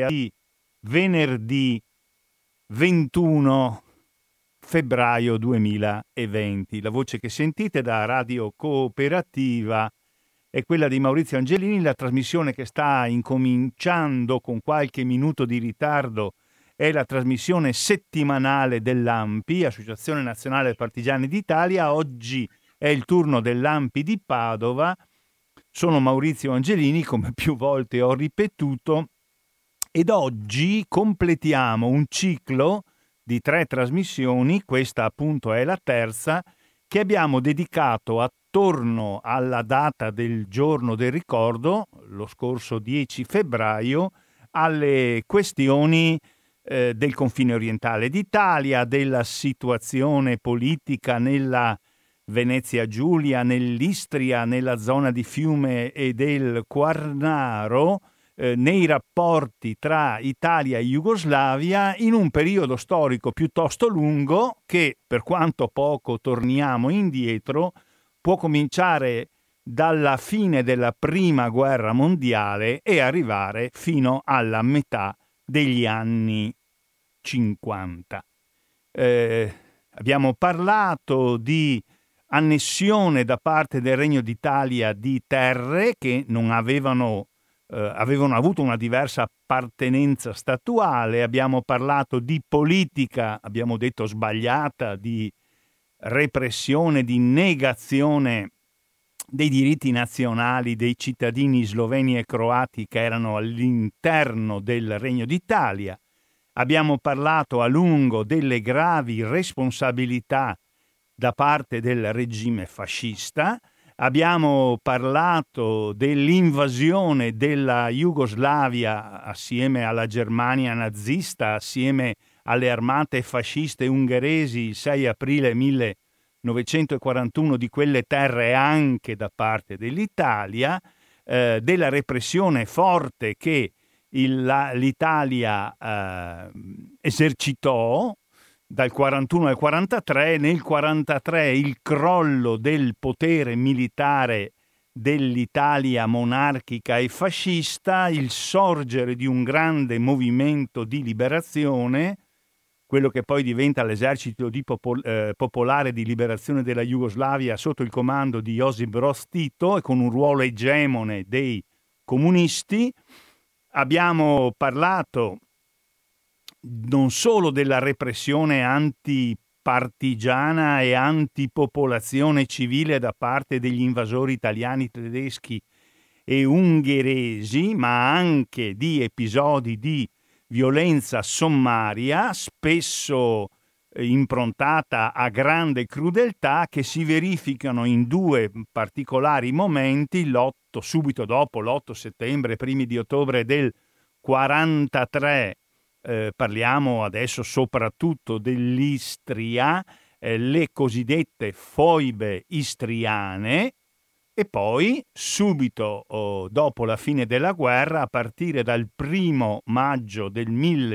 di venerdì 21 febbraio 2020. La voce che sentite da Radio Cooperativa è quella di Maurizio Angelini. La trasmissione che sta incominciando con qualche minuto di ritardo è la trasmissione settimanale dell'ANPI, Associazione Nazionale Partigiani d'Italia. Oggi è il turno dell'ANPI di Padova. Sono Maurizio Angelini, come più volte ho ripetuto, ed oggi completiamo un ciclo di 3 trasmissioni, questa appunto è la terza, che abbiamo dedicato attorno alla data del giorno del ricordo, lo scorso 10 febbraio, alle questioni del confine orientale d'Italia, della situazione politica nella Venezia Giulia, nell'Istria, nella zona di Fiume e del Quarnaro, nei rapporti tra Italia e Jugoslavia in un periodo storico piuttosto lungo che, per quanto poco torniamo indietro, può cominciare dalla fine della Prima Guerra Mondiale e arrivare fino alla metà degli anni 50. Abbiamo parlato di annessione da parte del Regno d'Italia di terre che non avevano avuto una diversa appartenenza statuale. Abbiamo parlato di politica, abbiamo detto sbagliata, di repressione, di negazione dei diritti nazionali dei cittadini sloveni e croati che erano all'interno del Regno d'Italia. Abbiamo parlato a lungo delle gravi responsabilità da parte del regime fascista. Abbiamo parlato dell'invasione della Jugoslavia assieme alla Germania nazista, assieme alle armate fasciste ungheresi il 6 aprile 1941 di quelle terre anche da parte dell'Italia, della repressione forte che l'Italia esercitò dal 41 al 43, nel 43 il crollo del potere militare dell'Italia monarchica e fascista, il sorgere di un grande movimento di liberazione, quello che poi diventa l'esercito popolare di liberazione della Jugoslavia sotto il comando di Josip Broz Tito e con un ruolo egemone dei comunisti. Abbiamo parlato non solo della repressione antipartigiana e antipopolazione civile da parte degli invasori italiani, tedeschi e ungheresi, ma anche di episodi di violenza sommaria, spesso improntata a grande crudeltà, che si verificano in 2 particolari momenti, subito dopo l'8 settembre, primi di ottobre del 43. Parliamo adesso soprattutto dell'Istria, le cosiddette foibe istriane, e poi subito dopo la fine della guerra, a partire dal 1 maggio del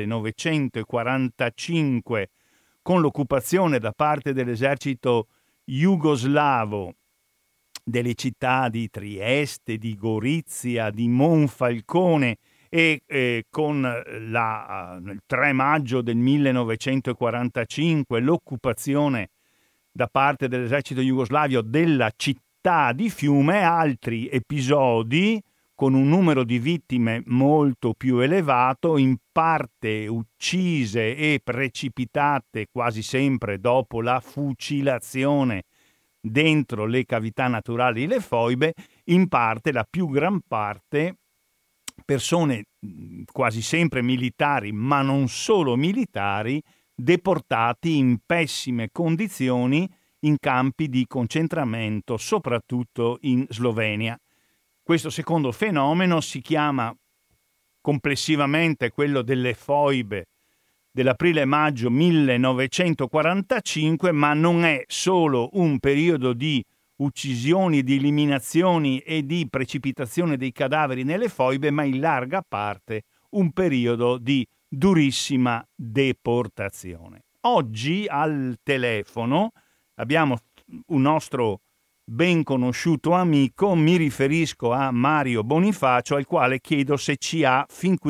1945, con l'occupazione da parte dell'esercito jugoslavo delle città di Trieste, di Gorizia, di Monfalcone, e con il 3 maggio del 1945 l'occupazione da parte dell'esercito jugoslavio della città di Fiume, altri episodi con un numero di vittime molto più elevato, in parte uccise e precipitate quasi sempre dopo la fucilazione dentro le cavità naturali delle foibe, in parte, la più gran parte, persone quasi sempre militari, ma non solo militari, deportati in pessime condizioni in campi di concentramento, soprattutto in Slovenia. Questo secondo fenomeno si chiama complessivamente quello delle foibe dell'aprile-maggio 1945, ma non è solo un periodo di uccisioni, di eliminazioni e di precipitazione dei cadaveri nelle foibe, ma in larga parte un periodo di durissima deportazione. Oggi al telefono abbiamo un nostro ben conosciuto amico, mi riferisco a Mario Bonifacio, al quale chiedo se ci ha fin qui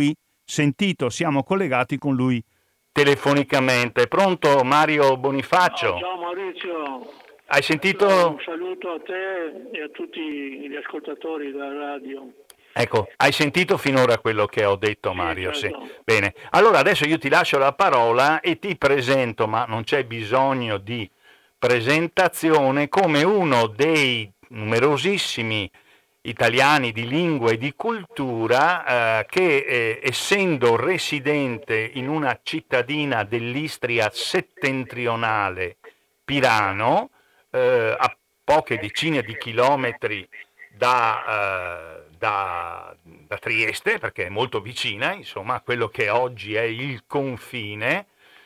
sentito, siamo collegati con lui telefonicamente. Pronto Mario Bonifacio? Ciao Maurizio. Hai sentito? Un saluto a te e a tutti gli ascoltatori della radio. Ecco, hai sentito finora quello che ho detto, Mario? Sì, certo. Sì. Bene, allora adesso io ti lascio la parola e ti presento, ma non c'è bisogno di presentazione, come uno dei numerosissimi italiani di lingua e di cultura che essendo residente in una cittadina dell'Istria settentrionale, Pirano, a poche decine di chilometri da Trieste, perché è molto vicina, insomma, a quello che oggi è il confine.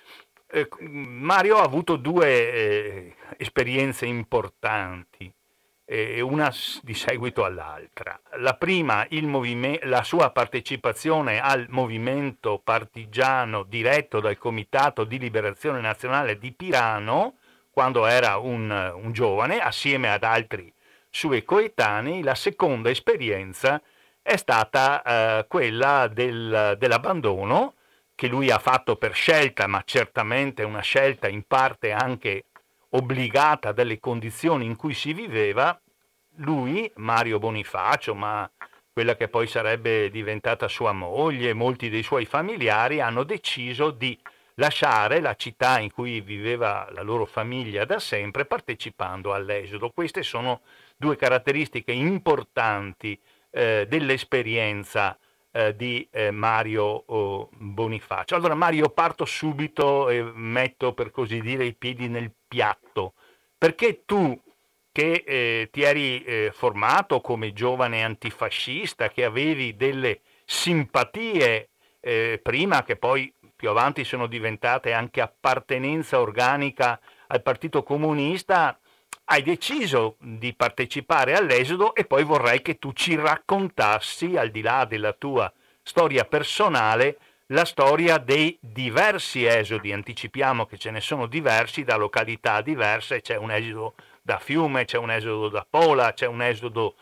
Mario ha avuto due esperienze importanti, una di seguito all'altra. La prima, la sua partecipazione al movimento partigiano diretto dal Comitato di Liberazione Nazionale di Pirano, quando era un giovane, assieme ad altri suoi coetanei. La seconda esperienza è stata quella dell'abbandono, che lui ha fatto per scelta, ma certamente una scelta in parte anche obbligata dalle condizioni in cui si viveva. Lui, Mario Bonifacio, ma quella che poi sarebbe diventata sua moglie, molti dei suoi familiari hanno deciso di lasciare la città in cui viveva la loro famiglia da sempre, partecipando all'esodo. Queste sono due caratteristiche importanti dell'esperienza di Mario Bonifacio. Allora Mario, parto subito e metto, per così dire, i piedi nel piatto, perché tu che ti eri formato come giovane antifascista, che avevi delle simpatie prima, che poi più avanti sono diventate anche appartenenza organica al Partito Comunista, hai deciso di partecipare all'esodo, e poi vorrei che tu ci raccontassi, al di là della tua storia personale, la storia dei diversi esodi. Anticipiamo che ce ne sono diversi da località diverse, c'è un esodo da Fiume, c'è un esodo da Pola, c'è un esodo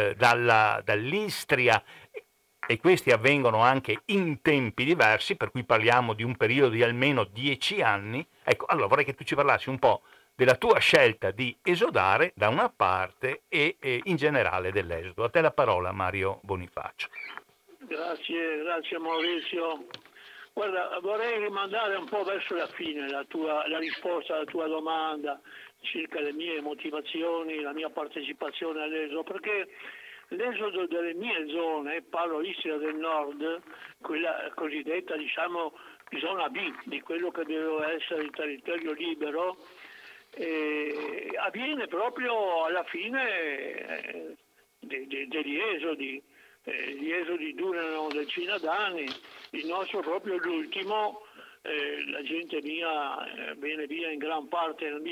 dall'Istria, e questi avvengono anche in tempi diversi, per cui parliamo di un periodo di almeno 10 anni. Ecco, allora vorrei che tu ci parlassi un po' della tua scelta di esodare da una parte e in generale dell'esodo. A te la parola, Mario Bonifacio. Grazie Maurizio. Guarda, vorrei rimandare un po' verso la fine la risposta alla tua domanda circa le mie motivazioni, la mia partecipazione all'esodo, perché l'esodo delle mie zone, parlo Istria del Nord, quella cosiddetta zona B di quello che doveva essere il territorio libero, avviene proprio alla fine degli esodi. Gli esodi durano decina d'anni, il nostro proprio l'ultimo, la gente mia viene via in gran parte nel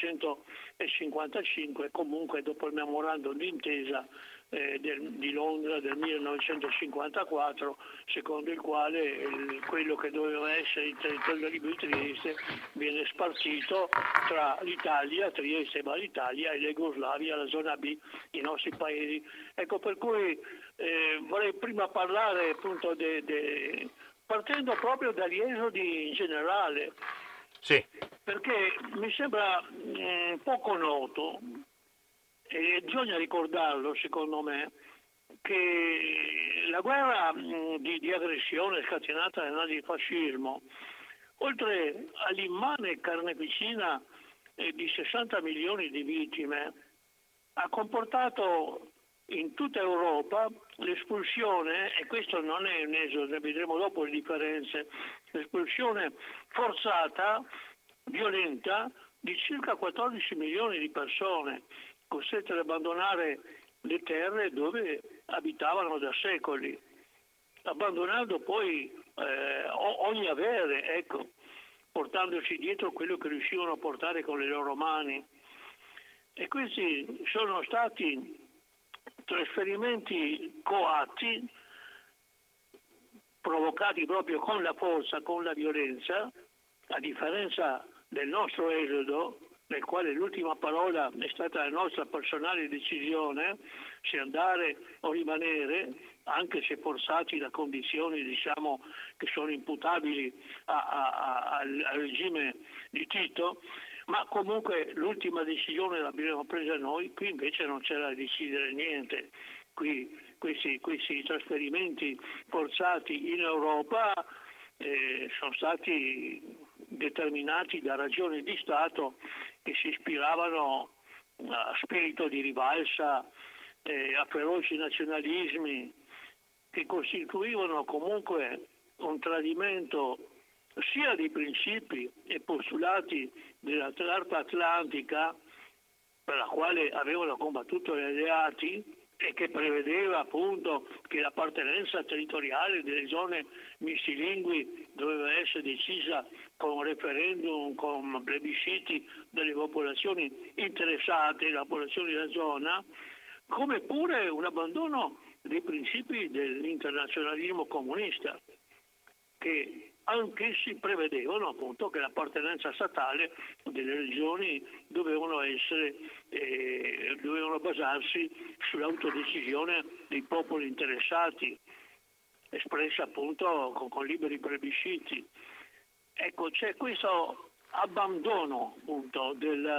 1955, comunque dopo il memorandum d'intesa di Londra del 1954, secondo il quale quello che doveva essere il territorio libero di Trieste viene spartito tra l'Italia, Trieste va l'Italia, e l'Jugoslavia, la zona B, i nostri paesi. Ecco, per cui vorrei prima parlare appunto partendo proprio dagli esodi in generale, sì, perché mi sembra poco noto, e bisogna ricordarlo secondo me, che la guerra di aggressione scatenata dal nazifascismo, oltre all'immane carneficina di 60 milioni di vittime, ha comportato in tutta Europa l'espulsione, e questo non è un esodo, vedremo dopo le differenze, l'espulsione forzata, violenta, di circa 14 milioni di persone costrette ad abbandonare le terre dove abitavano da secoli, abbandonando poi ogni avere, ecco, portandoci dietro quello che riuscivano a portare con le loro mani. E questi sono stati trasferimenti coatti, provocati proprio con la forza, con la violenza, a differenza del nostro esodo, nel quale l'ultima parola è stata la nostra personale decisione, se andare o rimanere, anche se forzati da condizioni diciamo che sono imputabili al regime di Tito, ma comunque l'ultima decisione l'abbiamo presa noi, qui invece non c'era da decidere niente, qui questi trasferimenti forzati in Europa sono stati determinati da ragioni di Stato che si ispiravano a spirito di rivalsa, a feroci nazionalismi, che costituivano comunque un tradimento sia dei principi e postulati della Carta Atlantica, per la quale avevano combattuto gli alleati, e che prevedeva appunto che l'appartenenza territoriale delle zone missilingui doveva essere decisa con referendum, con plebisciti delle popolazioni interessate, le popolazioni della zona, come pure un abbandono dei principi dell'internazionalismo comunista, che anch'essi prevedevano appunto che l'appartenenza statale delle regioni dovevano basarsi sull'autodecisione dei popoli interessati, espressa appunto con liberi plebisciti. Ecco, c'è questo abbandono appunto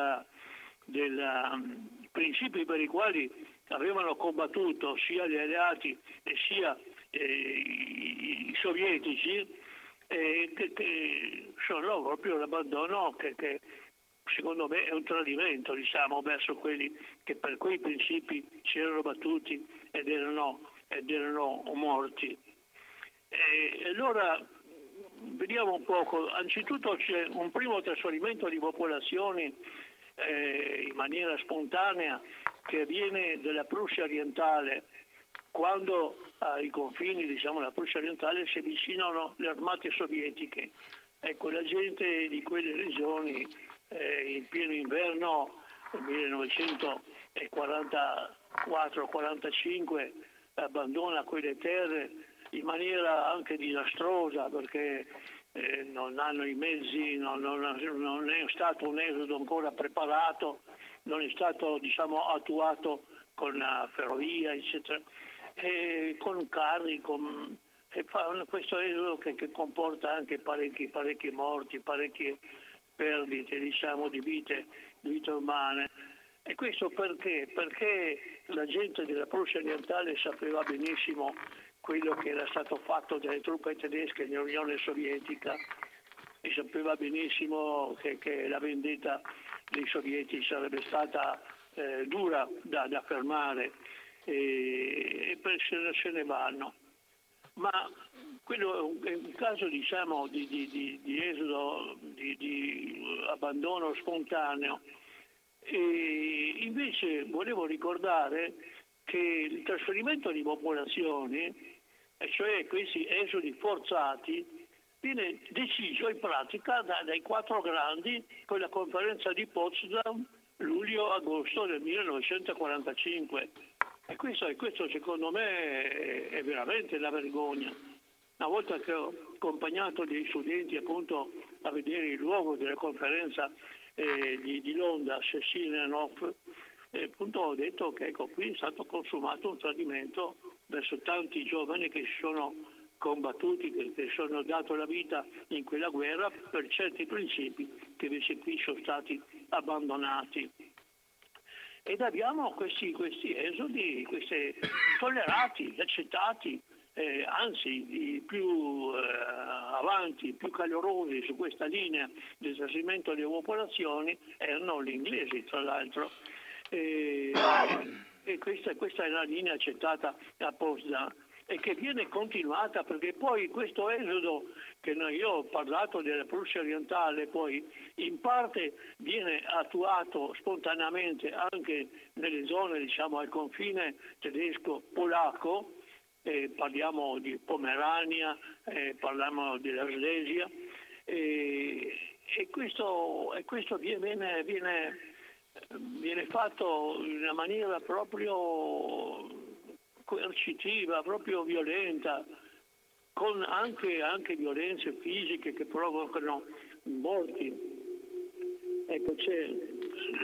del principi per i quali avevano combattuto sia gli alleati e sia i sovietici, che sono proprio l'abbandono che secondo me è un tradimento, diciamo, verso quelli che per quei principi si erano battuti ed erano morti. E allora vediamo un poco. Anzitutto c'è un primo trasferimento di popolazioni in maniera spontanea che avviene dalla Prussia orientale, quando ai confini, diciamo, della Prussia orientale si avvicinano le armate sovietiche. Ecco, la gente di quelle regioni in pieno inverno del 1944-45 abbandona quelle terre in maniera anche disastrosa, perché non hanno i mezzi, non è stato un esodo ancora preparato, non è stato, diciamo, attuato con la ferrovia, eccetera, e con carri, questo esodo che comporta anche parecchi morti, parecchie perdite, diciamo, di vite umane. E questo perché? Perché la gente della Prussia orientale sapeva benissimo quello che era stato fatto dalle truppe tedesche nell'Unione Sovietica, e sapeva benissimo che la vendetta dei sovietici sarebbe stata dura da fermare, e se ne vanno. Ma quello è un caso, diciamo, di esodo, di abbandono spontaneo. E invece volevo ricordare che il trasferimento di popolazioni, e cioè questi esodi forzati, viene deciso in pratica dai quattro grandi con la conferenza di Potsdam luglio-agosto del 1945. E questo secondo me è veramente la vergogna. Una volta che ho accompagnato dei studenti appunto a vedere il luogo della conferenza di Londra, Cecilien-Hof, appunto ho detto che ecco, qui è stato consumato un tradimento verso tanti giovani che si sono combattuti, che sono dato la vita in quella guerra per certi principi che invece qui sono stati abbandonati. Ed abbiamo questi esodi, questi tollerati, accettati, anzi i più avanti, più calorosi su questa linea del trasferimento delle popolazioni erano gli inglesi, tra l'altro. E questa è la linea accettata a Potsdam e che viene continuata, perché poi questo esodo che io ho parlato della Prussia orientale poi in parte viene attuato spontaneamente anche nelle zone, diciamo, al confine tedesco-polacco, parliamo di Pomerania, parliamo della Slesia, e questo viene fatto in una maniera proprio coercitiva, proprio violenta, con anche violenze fisiche che provocano morti. Ecco,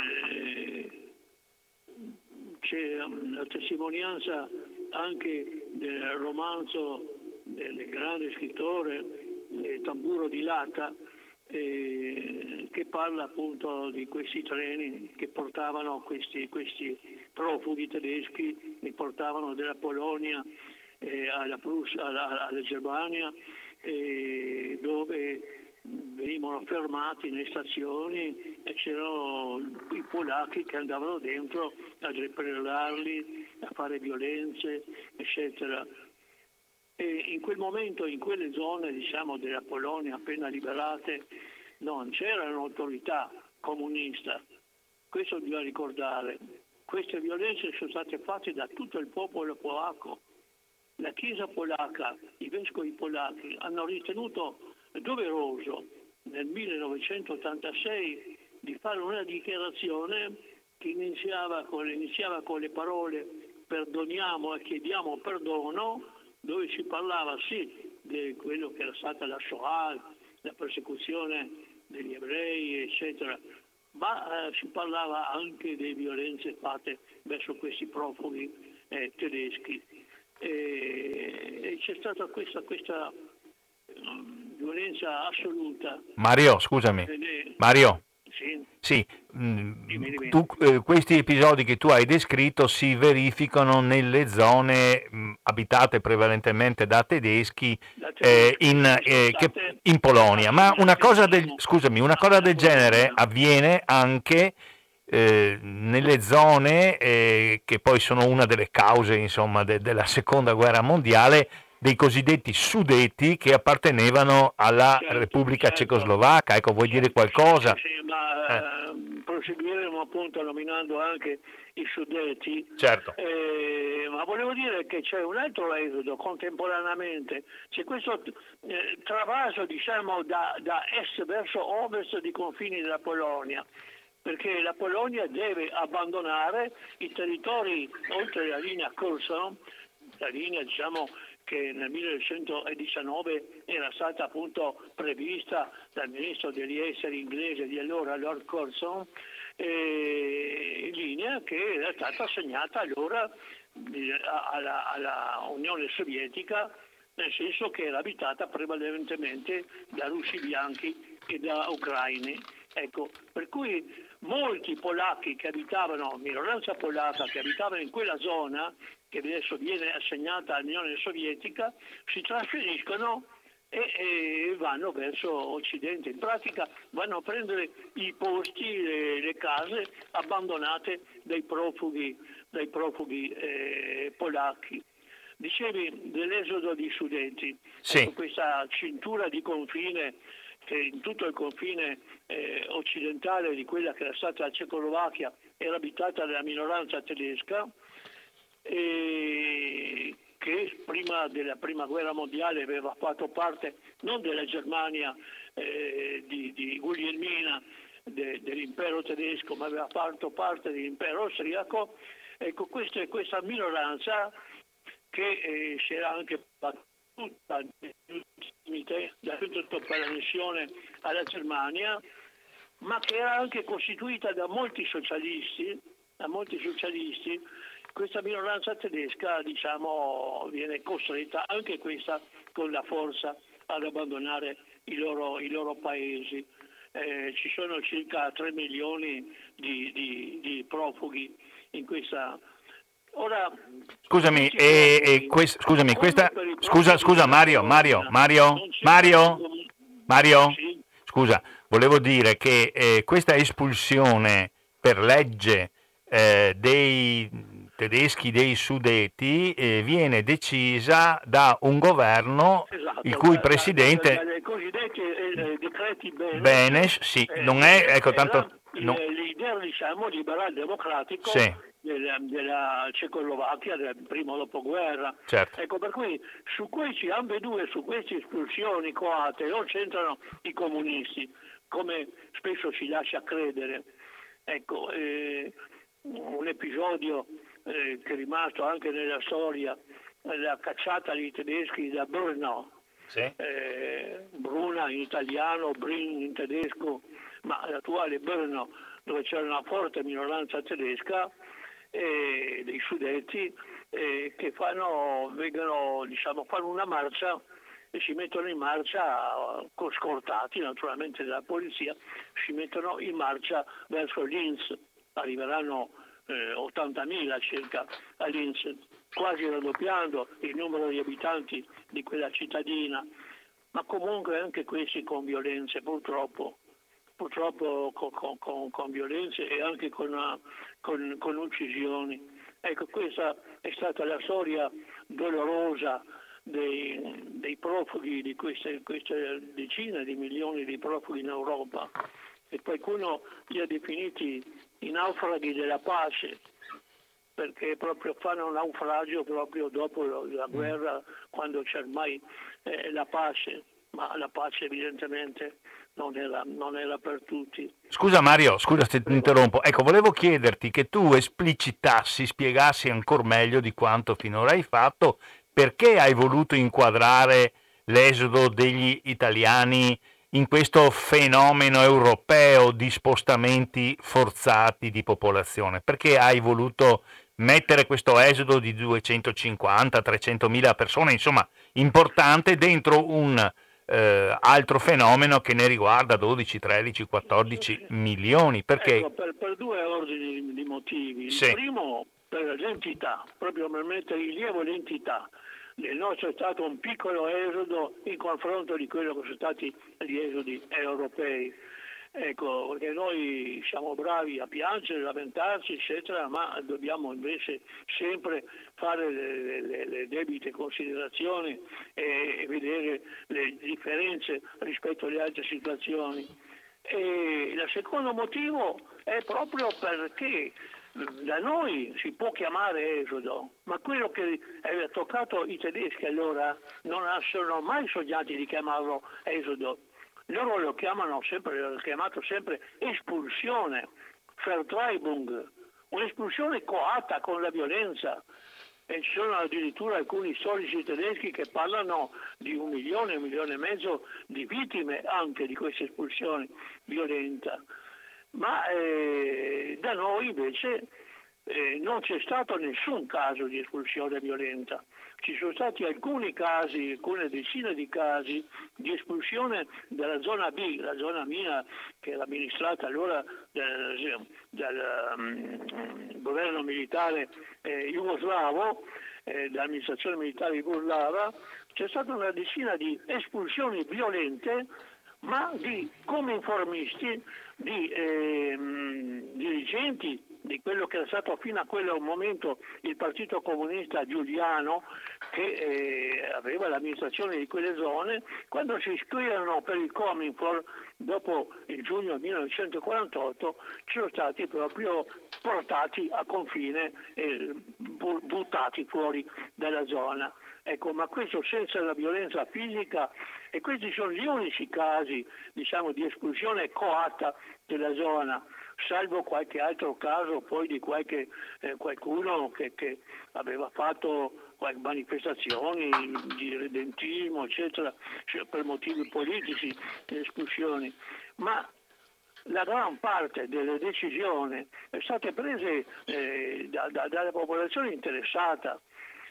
c'è la testimonianza anche del romanzo del grande scrittore Tamburo di Lata, che parla appunto di questi treni che portavano questi profughi tedeschi, li portavano dalla Polonia alla Prussia, alla Germania, dove venivano fermati nelle stazioni e c'erano i polacchi che andavano dentro a reprimerarli, a fare violenze, eccetera. E in quel momento, in quelle zone, diciamo, della Polonia appena liberate, non c'era un'autorità comunista. Questo bisogna ricordare. Queste violenze sono state fatte da tutto il popolo polacco. La Chiesa polacca, i vescovi polacchi hanno ritenuto doveroso nel 1986 di fare una dichiarazione che iniziava con le parole perdoniamo e chiediamo perdono, dove si parlava sì di quello che era stata la Shoah, la persecuzione degli ebrei, eccetera, ma si parlava anche delle violenze fatte verso questi profughi tedeschi. E c'è stata questa violenza assoluta. Mario, scusami. Mario. Sì, questi episodi che tu hai descritto si verificano nelle zone abitate prevalentemente da tedeschi in Polonia, ma una cosa del genere avviene anche nelle zone che poi sono una delle cause, insomma, della seconda guerra mondiale, dei cosiddetti Sudeti che appartenevano alla Repubblica Cecoslovacca. Ecco, vuoi dire qualcosa? Sì, ma proseguiremo appunto nominando anche i Sudeti. Certo. Ma volevo dire che c'è un altro esodo contemporaneamente, c'è questo travaso, diciamo, da est verso ovest di confini della Polonia, perché la Polonia deve abbandonare i territori oltre la linea Kherson, la linea, diciamo, che nel 1919 era stata appunto prevista dal ministro degli esteri inglese di allora, Lord Curzon, linea che era stata assegnata allora alla Unione Sovietica, nel senso che era abitata prevalentemente da russi bianchi e da ucraini. Ecco, per cui molti polacchi che abitavano, minoranza polacca che abitavano in quella zona, che adesso viene assegnata all'Unione Sovietica, si trasferiscono e vanno verso Occidente. In pratica vanno a prendere i posti, le case abbandonate dai profughi polacchi. Dicevi dell'esodo di Sudeti, sì. Ecco, questa cintura di confine che in tutto il confine occidentale di quella che era stata la Cecoslovacchia era abitata dalla minoranza tedesca, che prima della prima guerra mondiale aveva fatto parte non della Germania di Guglielmina, dell'impero tedesco, ma aveva fatto parte dell'impero austriaco. Ecco, questa minoranza che si era anche battuta per l'annessione alla Germania, ma che era anche costituita da molti socialisti. Questa minoranza tedesca, diciamo, viene costretta anche questa con la forza ad abbandonare i loro paesi. Ci sono circa 3 milioni di profughi in questa. Ora, scusami, scusa Mario, sì? Scusa, volevo dire che questa espulsione per legge dei tedeschi, dei Sudeti, viene decisa da un governo, Esatto, il cui presidente dai cosiddetti decreti Benes, sì, non è, ecco, tanto l'idea, diciamo, liberal-democratico, sì, della Cecoslovacchia del primo dopoguerra. certo. Ecco, per cui su queste espulsioni coate non c'entrano i comunisti, come spesso si lascia credere. Ecco, un episodio che è rimasto anche nella storia, la cacciata dei tedeschi da Brno, Sì. Bruna in italiano, Brin in tedesco, ma l'attuale Brno, dove c'era una forte minoranza tedesca dei Sudeti, che fanno una marcia e si mettono in marcia, scortati naturalmente dalla polizia, si mettono in marcia verso Linz. Arriveranno 80.000 circa a Linz, quasi raddoppiando il numero di abitanti di quella cittadina, ma comunque anche questi con violenze, purtroppo con violenze e anche con uccisioni. Ecco, questa è stata la storia dolorosa dei profughi, di queste decine di milioni di profughi in Europa, e qualcuno li ha definiti i naufraghi della pace, perché proprio fanno naufragio proprio dopo la guerra, quando c'è ormai la pace, ma la pace evidentemente non era per tutti. Scusa Mario, scusa se ti interrompo. Ecco, volevo chiederti che tu esplicitassi, spiegassi ancora meglio di quanto finora hai fatto, perché hai voluto inquadrare l'esodo degli italiani in questo fenomeno europeo di spostamenti forzati di popolazione. Perché hai voluto mettere questo esodo di 250-300 mila persone, insomma, importante, dentro un altro fenomeno che ne riguarda 12, 13, 14 milioni? Perché? Ecco, per due ordini di motivi. Sì. Il primo, per l'entità, proprio per mettere in rilievo l'entità. Nel nostro è stato un piccolo esodo in confronto di quello che sono stati gli esodi europei. Ecco, perché noi siamo bravi a piangere, a lamentarci, eccetera, ma dobbiamo invece sempre fare le debite considerazioni e vedere le differenze rispetto alle altre situazioni. E il secondo motivo è proprio perché da noi si può chiamare esodo, ma quello che aveva toccato i tedeschi allora non sono mai sognati di chiamarlo esodo. Loro lo chiamano sempre, l'hanno chiamato sempre espulsione, Vertreibung, un'espulsione coatta con la violenza. E ci sono addirittura alcuni storici tedeschi che parlano di 1 milione, 1 milione e mezzo di vittime anche di questa espulsione violenta. Ma da noi invece non c'è stato nessun caso di espulsione violenta. Ci sono stati alcuni casi, alcune decine di casi di espulsione dalla zona B, la zona mia che era amministrata allora dal governo militare jugoslavo, dall'amministrazione militare jugoslava. C'è stata una decina di espulsioni violente, ma di cominformisti, di dirigenti di quello che era stato fino a quel momento il Partito Comunista Giuliano, che aveva l'amministrazione di quelle zone. Quando si iscrivono per il Cominfor dopo il giugno 1948 sono stati proprio portati a confine e buttati fuori dalla zona. Ecco, ma questo senza la violenza fisica, e questi sono gli unici casi, diciamo, di espulsione coatta della zona, salvo qualche altro caso poi di qualcuno che aveva fatto manifestazioni di redentismo, eccetera, per motivi politici, espulsioni. Ma la gran parte delle decisioni è state prese dalla popolazione interessata.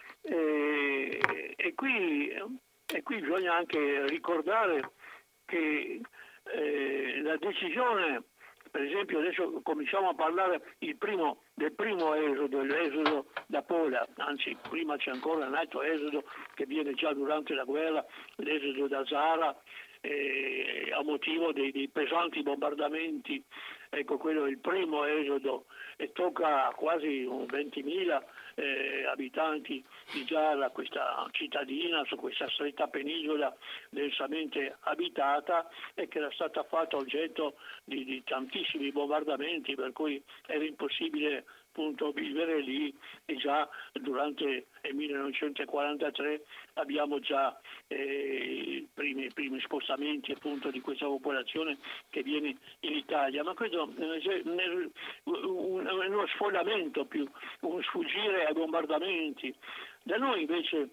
E qui bisogna anche ricordare che la decisione, per esempio adesso cominciamo a parlare del primo esodo, l'esodo da Pola, anzi prima c'è ancora un altro esodo che viene già durante la guerra, l'esodo da Zara, a motivo dei pesanti bombardamenti. Ecco, quello è il primo esodo e tocca quasi 20.000 abitanti di Zara, questa cittadina su questa stretta penisola densamente abitata e che era stata fatta oggetto di tantissimi bombardamenti, per cui era impossibile appunto vivere lì, e già durante il 1943 abbiamo già i primi spostamenti appunto di questa popolazione che viene in Italia. Ma questo è uno sfollamento più, un sfuggire ai bombardamenti. Da noi invece,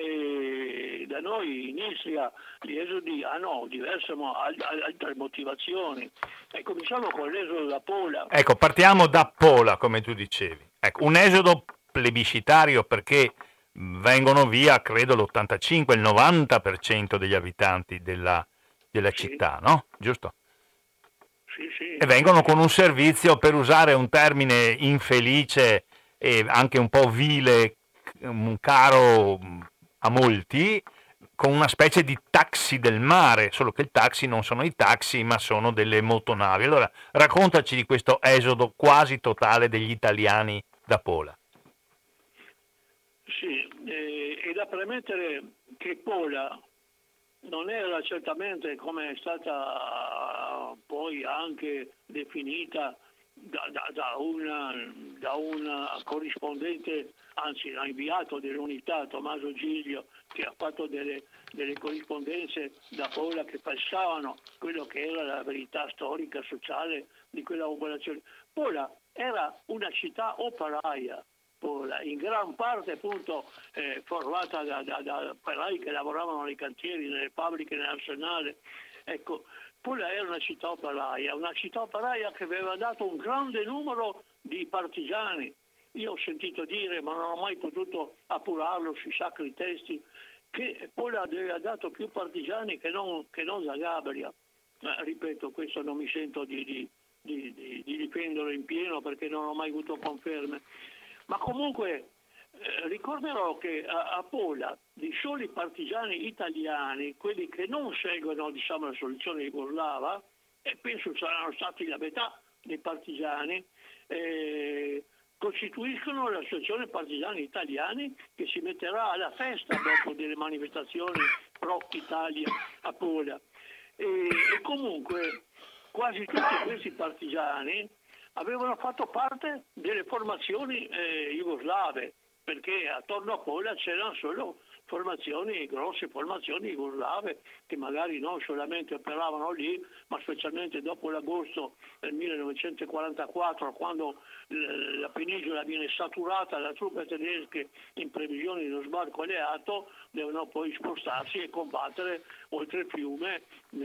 in Istria, gli esodi hanno diverse altre motivazioni. E cominciamo con l'esodo da Pola. Ecco, partiamo da Pola, come tu dicevi. Ecco, un esodo plebiscitario perché vengono via, credo, l'85, il 90% degli abitanti della Sì, città, no? Giusto? sì, E vengono con un servizio, per usare un termine infelice e anche un po' vile, caro a molti, con una specie di taxi del mare, solo che il taxi non sono i taxi, ma sono delle motonavi. Allora, raccontaci di questo esodo quasi totale degli italiani da Pola. sì. È da premettere che Pola non era certamente, come è stata poi anche definita da un corrispondente, anzi ha inviato dell'unità, Tommaso Giglio, che ha fatto delle corrispondenze da Pola che passavano quello che era la verità storica, sociale di quella popolazione. Pola era una città operaia, in gran parte appunto formata da operai che lavoravano nei cantieri, nelle fabbriche, nell'arsenale. Ecco, Pola era una città operaia che aveva dato un grande numero di partigiani. Io ho sentito dire, ma non ho mai potuto appurarlo sui sacri testi, che Pola aveva dato più partigiani che non Zagabria. Ma ripeto, questo non mi sento di difenderlo in pieno perché non ho mai avuto conferme. Ma comunque ricorderò che a Pola di soli partigiani italiani, quelli che non seguono la soluzione jugoslava, e penso saranno stati la metà dei partigiani, costituiscono l'associazione partigiani italiani che si metterà alla festa dopo delle manifestazioni pro Italia a Pola. E comunque quasi tutti questi partigiani avevano fatto parte delle formazioni jugoslave, perché attorno a Pola c'erano solo grosse formazioni jugoslave che magari non solamente operavano lì, ma specialmente dopo l'agosto del 1944, quando la penisola viene saturata da truppe tedesche in previsione dello sbarco alleato, devono poi spostarsi e combattere oltre il fiume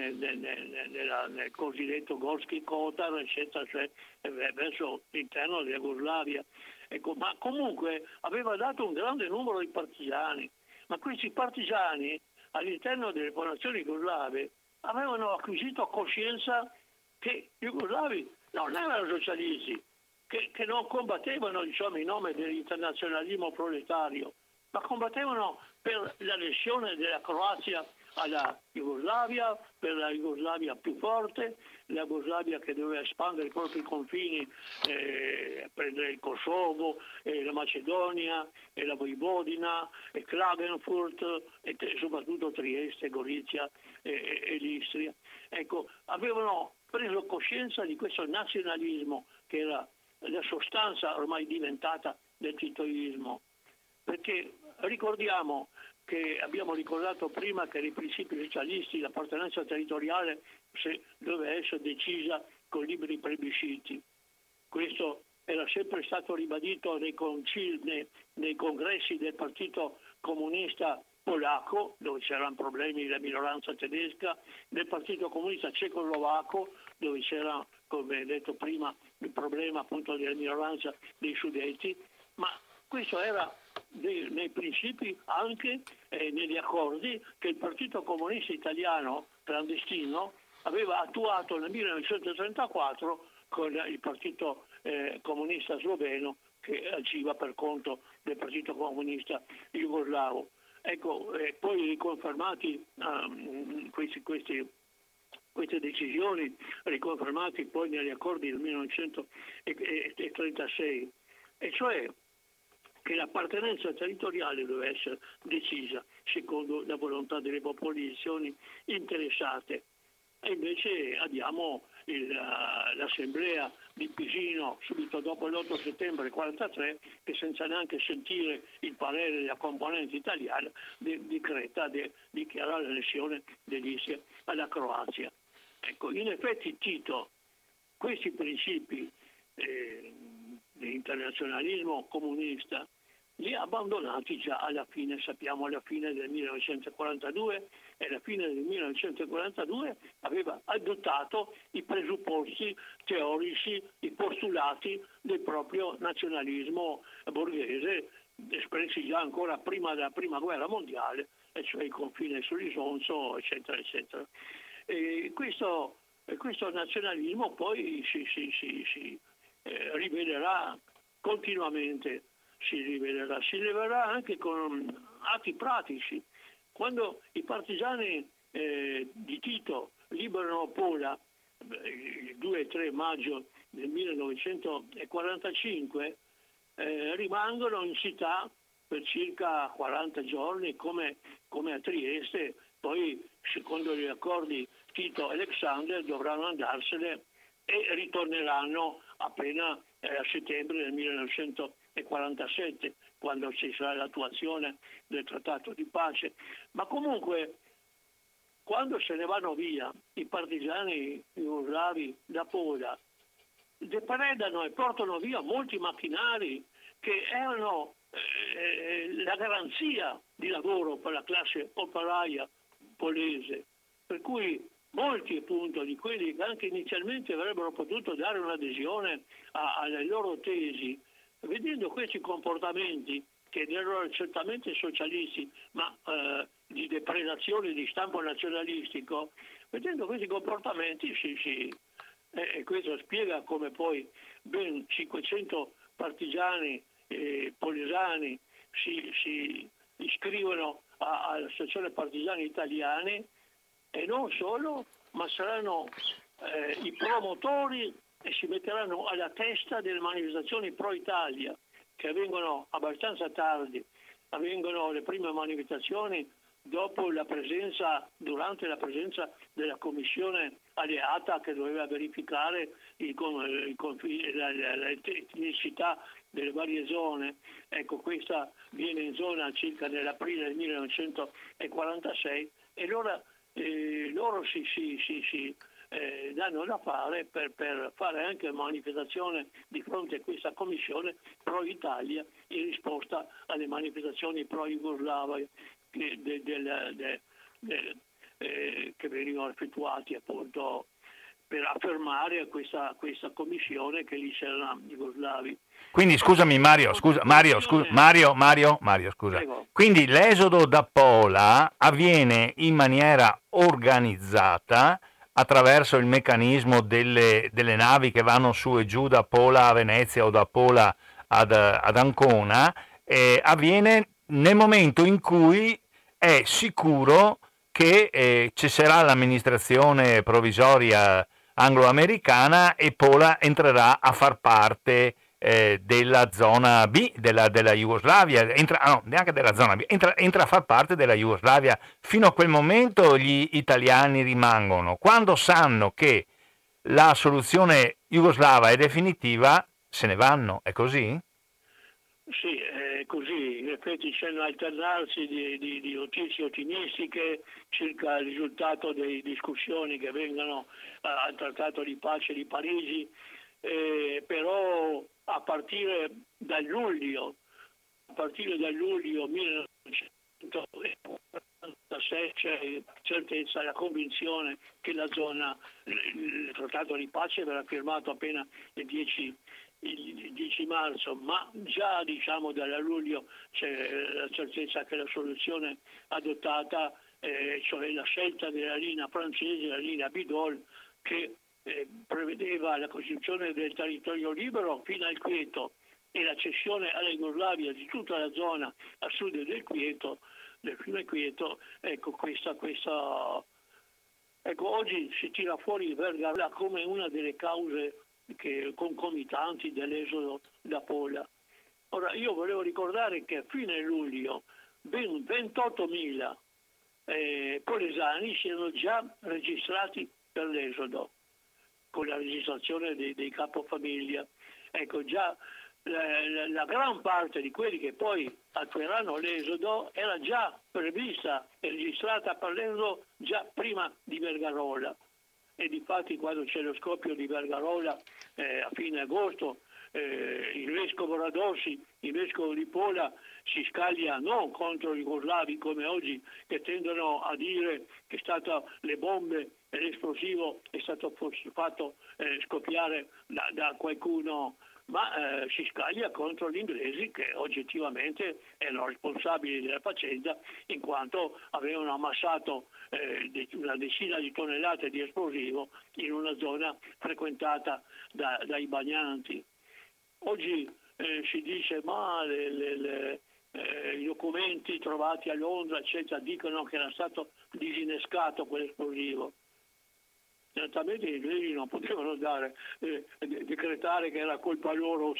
nel cosiddetto Gorski Kotar, eccetera, cioè verso l'interno della Jugoslavia. Ecco, ma comunque aveva dato un grande numero di partigiani, ma questi partigiani all'interno delle popolazioni jugoslave avevano acquisito coscienza che gli jugoslavi non erano socialisti, che non combattevano in nome dell'internazionalismo proletario, ma combattevano per l'annessione della Croazia alla Jugoslavia, per la Jugoslavia più forte, la Jugoslavia che doveva espandere i propri confini, prendere il Kosovo, la Macedonia, la Voivodina, Klagenfurt, e soprattutto Trieste, Gorizia e l'Istria. Ecco, avevano preso coscienza di questo nazionalismo che era la sostanza ormai diventata del titoismo, perché ricordiamo che abbiamo ricordato prima che nei principi socialisti l'appartenenza territoriale doveva essere decisa con liberi plebisciti. Questo era sempre stato ribadito nei congressi del Partito Comunista polacco, dove c'erano problemi della minoranza tedesca, del Partito Comunista cecoslovacco, dove c'era, come detto prima, il problema appunto della minoranza dei Sudeti, ma questo era nei principi anche negli accordi che il Partito Comunista Italiano clandestino aveva attuato nel 1934 con il Partito Comunista Sloveno che agiva per conto del Partito Comunista Jugoslavo. Ecco, poi riconfermati queste decisioni, riconfermati poi negli accordi del 1936, e cioè che l'appartenenza territoriale deve essere decisa secondo la volontà delle popolazioni interessate. E invece abbiamo l'assemblea di Pisino subito dopo l'8 settembre 1943 che senza neanche sentire il parere della componente italiana decreta di dichiarare l'annessione dell'Istria alla Croazia. Ecco, in effetti Tito questi principi dell'internazionalismo comunista li ha abbandonati già alla fine, sappiamo alla fine del 1942, e alla fine del 1942 aveva adottato i presupposti teorici, i postulati del proprio nazionalismo borghese, espressi già ancora prima della prima guerra mondiale, e cioè il confine sull'Isonzo, eccetera, eccetera. E questo nazionalismo poi si rivelerà continuamente, si rivelerà anche con atti pratici. Quando i partigiani di Tito liberano Pola il 2 e 3 maggio del 1945, rimangono in città per circa 40 giorni come a Trieste, poi secondo gli accordi Tito e Alexander dovranno andarsene e ritorneranno appena a settembre del 1947, quando ci sarà l'attuazione del trattato di pace. Ma comunque, quando se ne vanno via i partigiani jugoslavi da Pola, depredano e portano via molti macchinari che erano la garanzia di lavoro per la classe operaia polese, per cui molti appunto di quelli che anche inizialmente avrebbero potuto dare un'adesione alle loro tesi, vedendo questi comportamenti che erano certamente socialisti, ma di depredazione di stampo nazionalistico, vedendo questi comportamenti e questo spiega come poi ben 500 partigiani polesani si iscrivono all'Associazione Partigiani Italiani, e non solo, ma saranno i promotori e si metteranno alla testa delle manifestazioni pro Italia, che avvengono abbastanza tardi. Avvengono le prime manifestazioni durante la presenza della commissione alleata che doveva verificare l'etnicità delle varie zone. Ecco, questa viene in zona circa nell'aprile del 1946, e loro si danno da fare per fare anche manifestazione di fronte a questa commissione pro Italia, in risposta alle manifestazioni pro Jugoslava che venivano effettuati appunto per affermare a questa commissione che lì c'erano jugoslavi. Quindi scusami Mario, scusa. Prego. Quindi l'esodo da Pola avviene in maniera organizzata attraverso il meccanismo delle navi che vanno su e giù da Pola a Venezia o da Pola ad Ancona, avviene nel momento in cui è sicuro che cesserà l'amministrazione provvisoria anglo-americana e Pola entrerà a far parte della zona B della Jugoslavia, neanche della zona B, entra a far parte della Jugoslavia. Fino a quel momento gli italiani rimangono. Quando sanno che la soluzione jugoslava è definitiva, se ne vanno, è così? Sì, è così. In effetti c'è un alternarsi di notizie ottimistiche circa il risultato delle discussioni che vengono al Trattato di pace di Parigi, però a partire da luglio 1946 c'è certezza, la convinzione che il Trattato di pace verrà firmato appena il 10 marzo, ma già diciamo dalla luglio c'è la certezza che la soluzione adottata, cioè la scelta della linea francese, la linea Bidol, che prevedeva la costituzione del territorio libero fino al Quieto e la cessione alla Jugoslavia di tutta la zona a sud del fiume Quieto. Ecco, oggi si tira fuori Vergarola come una delle cause concomitanti dell'esodo da Pola. Ora, io volevo ricordare che a fine luglio ben 28.000 polesani si erano già registrati per l'esodo, con la registrazione dei capofamiglia. Ecco, già la gran parte di quelli che poi attueranno l'esodo era già prevista e registrata per l'esodo già prima di Vergarola. E difatti quando c'è lo scoppio di Vergarola a fine agosto, il vescovo Radossi, il vescovo di Pola, si scaglia non contro i jugoslavi come oggi, che tendono a dire che le bombe e l'esplosivo è stato fatto scoppiare da qualcuno, ma si scaglia contro gli inglesi, che oggettivamente erano responsabili della faccenda, in quanto avevano ammassato una decina di tonnellate di esplosivo in una zona frequentata dai bagnanti. Oggi si dice ma i documenti trovati a Londra eccetera dicono che era stato disinnescato quell'esplosivo. Certamente gli inglesi non potevano decretare che era colpa loro,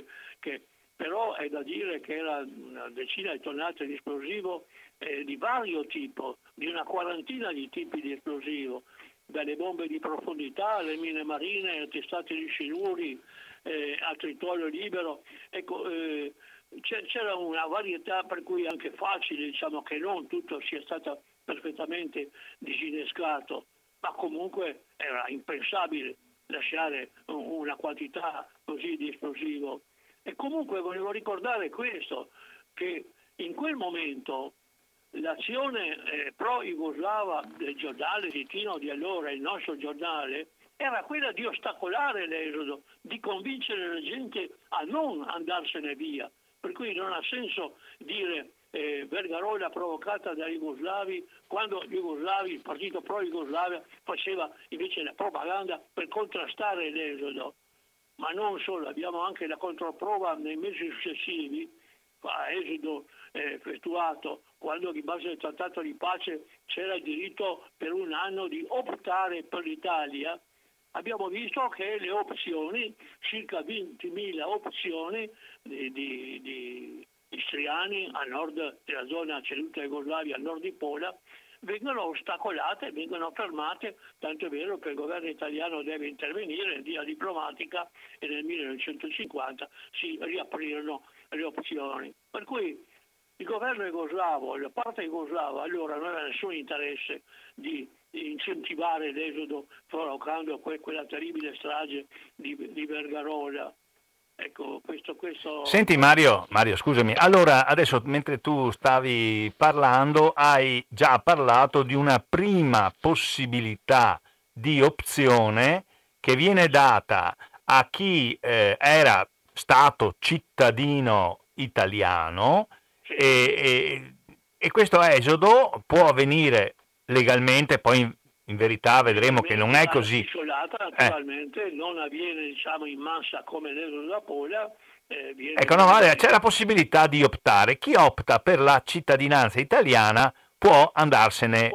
però è da dire che era una decina di tonnellate di esplosivo di vario tipo, di una quarantina di tipi di esplosivo, dalle bombe di profondità alle mine marine, a testate di siluri, al tritoio libero. Ecco, c'era una varietà per cui è anche facile, diciamo, che non tutto sia stato perfettamente disinnescato, ma comunque era impensabile lasciare una quantità così di esplosivo. E comunque volevo ricordare questo, che in quel momento l'azione pro-jugoslava del giornale di Tino di allora, il nostro giornale, era quella di ostacolare l'esodo, di convincere la gente a non andarsene via. Per cui non ha senso dire Vergarola provocata dai jugoslavi, quando gli jugoslavi, il partito pro-Jugoslavia, faceva invece la propaganda per contrastare l'esodo. Ma non solo, abbiamo anche la controprova nei mesi successivi, a esodo effettuato, quando in base al trattato di pace c'era il diritto per un anno di optare per l'Italia. Abbiamo visto che le opzioni, circa 20.000 opzioni di istriani a nord della zona ceduta a Jugoslavia, a nord di Pola, vengono ostacolate, vengono fermate, tanto è vero che il governo italiano deve intervenire in via diplomatica e nel 1950 si riaprirono le opzioni. Per cui il governo jugoslavo, la parte jugoslava, allora non aveva nessun interesse di incentivare l'esodo provocando quella terribile strage di Vergarola. Ecco, questo... Senti Mario, scusami, allora adesso mentre tu stavi parlando hai già parlato di una prima possibilità di opzione che viene data a chi era stato cittadino italiano, sì. E questo esodo può avvenire legalmente, poi in verità vedremo che non è così. Isolata, naturalmente, non avviene, diciamo, in massa come l'esodo da Pola. Ecco, no, c'è la possibilità di optare. Chi opta per la cittadinanza italiana può andarsene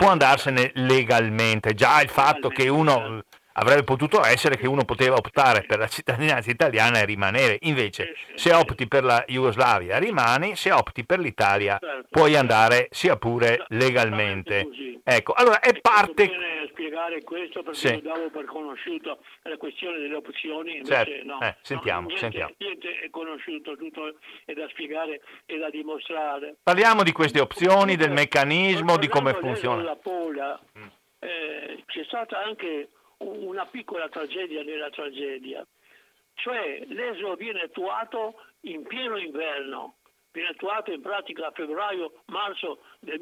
legalmente. Già il fatto che uno avrebbe potuto essere che uno poteva optare per la cittadinanza italiana e rimanere. Invece, se opti per la Jugoslavia rimani, se opti per l'Italia puoi andare sia pure legalmente. Ecco, allora è parte... Bene spiegare questo perché lo davo per conosciuto la questione delle opzioni, invece no. Sentiamo. Niente è conosciuto, tutto è da spiegare e da dimostrare. Parliamo di queste opzioni, del meccanismo, di come funziona. La Pola, c'è stata anche una piccola tragedia nella tragedia, cioè l'esodo viene attuato in pieno inverno, viene attuato in pratica a febbraio-marzo del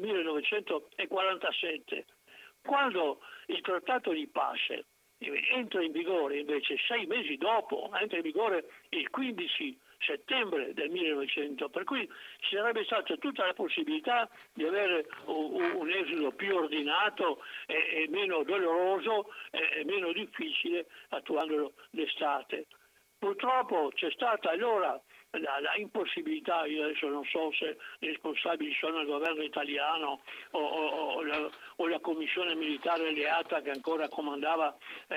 1947, quando il trattato di pace entra in vigore invece 6 mesi dopo, entra in vigore il 15 settembre del 1900, per cui ci sarebbe stata tutta la possibilità di avere un esodo più ordinato e meno doloroso e meno difficile attuandolo d'estate. Purtroppo c'è stata allora la impossibilità, io adesso non so se i responsabili sono il governo italiano o la commissione militare alleata che ancora comandava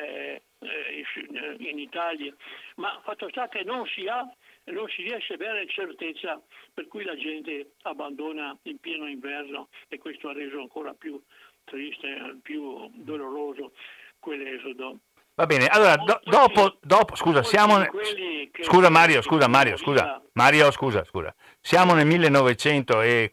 in Italia, ma fatto sta che non si riesce a avere certezza, per cui la gente abbandona in pieno inverno e questo ha reso ancora più triste, più doloroso quell'esodo. Va bene, allora dopo scusa, siamo Mario, siamo nel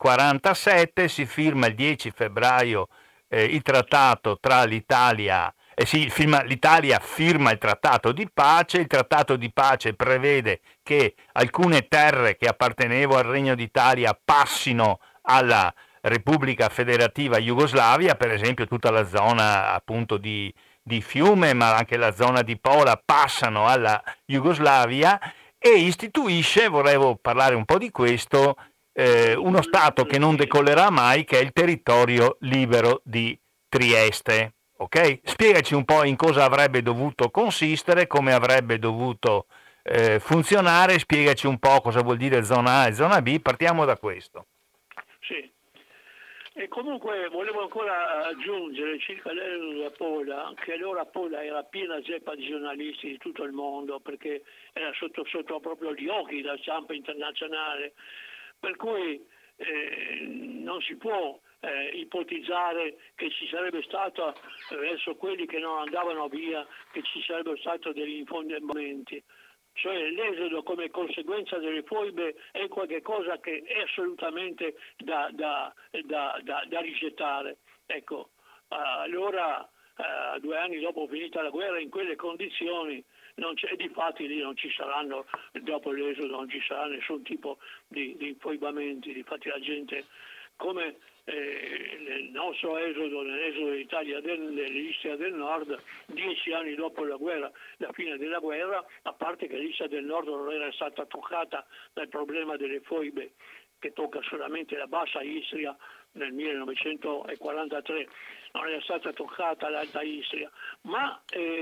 1947, si firma il 10 febbraio il trattato tra l'Italia Eh sì, l'Italia firma il trattato di pace prevede che alcune terre che appartenevano al Regno d'Italia passino alla Repubblica Federativa Jugoslavia, per esempio tutta la zona appunto di Fiume, ma anche la zona di Pola passano alla Jugoslavia e istituisce, volevo parlare un po' di questo, uno Stato che non decollerà mai, che è il territorio libero di Trieste. Ok? Spiegaci un po' in cosa avrebbe dovuto consistere, come avrebbe dovuto funzionare, spiegaci un po' cosa vuol dire zona A e zona B, partiamo da questo. Sì. E comunque volevo ancora aggiungere circa l'esodo da Pola, che allora Pola era piena zeppa di giornalisti di tutto il mondo, perché era sotto proprio gli occhi della stampa internazionale, per cui non si può ipotizzare che ci sarebbe stato verso quelli che non andavano via, che ci sarebbero stati degli infondimenti. Cioè l'esodo come conseguenza delle foibe è qualcosa che è assolutamente da rigettare. Ecco, allora 2 anni dopo finita la guerra in quelle condizioni difatti lì non ci saranno, dopo l'esodo non ci sarà nessun tipo di infoibamenti, difatti la gente come nel nostro esodo, nell'esodo d'Italia dell'Istria del Nord, 10 anni dopo la guerra, la fine della guerra, a parte che l'Istria del Nord non era stata toccata dal problema delle foibe, che tocca solamente la bassa Istria nel 1943, non era stata toccata l'Alta Istria, ma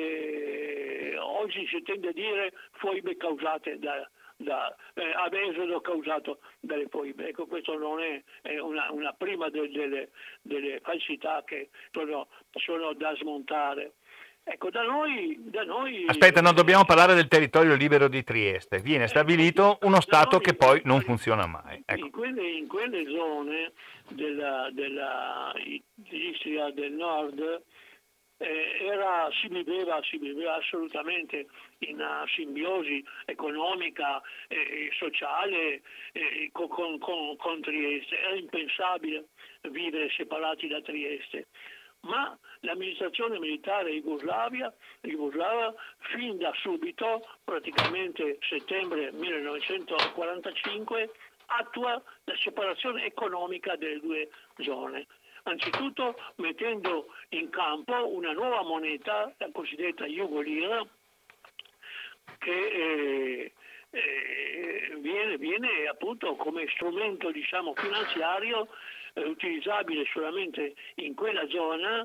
oggi si tende a dire foibe causate ad esodo causato dalle foibe. Ecco, questo non è una prima delle falsità che sono da smontare. Ecco, da noi Aspetta, no, dobbiamo parlare del territorio libero di Trieste. Viene stabilito uno Stato che poi non funziona mai. Ecco. In quelle zone dell'Istria del Nord si viveva assolutamente in simbiosi economica e sociale con Trieste. Era impensabile vivere separati da Trieste. Ma l'amministrazione militare jugoslava fin da subito, praticamente settembre 1945, attua la separazione economica delle due zone. Anzitutto mettendo in campo una nuova moneta, la cosiddetta Jugolira, che viene appunto come strumento, diciamo, finanziario utilizzabile solamente in quella zona,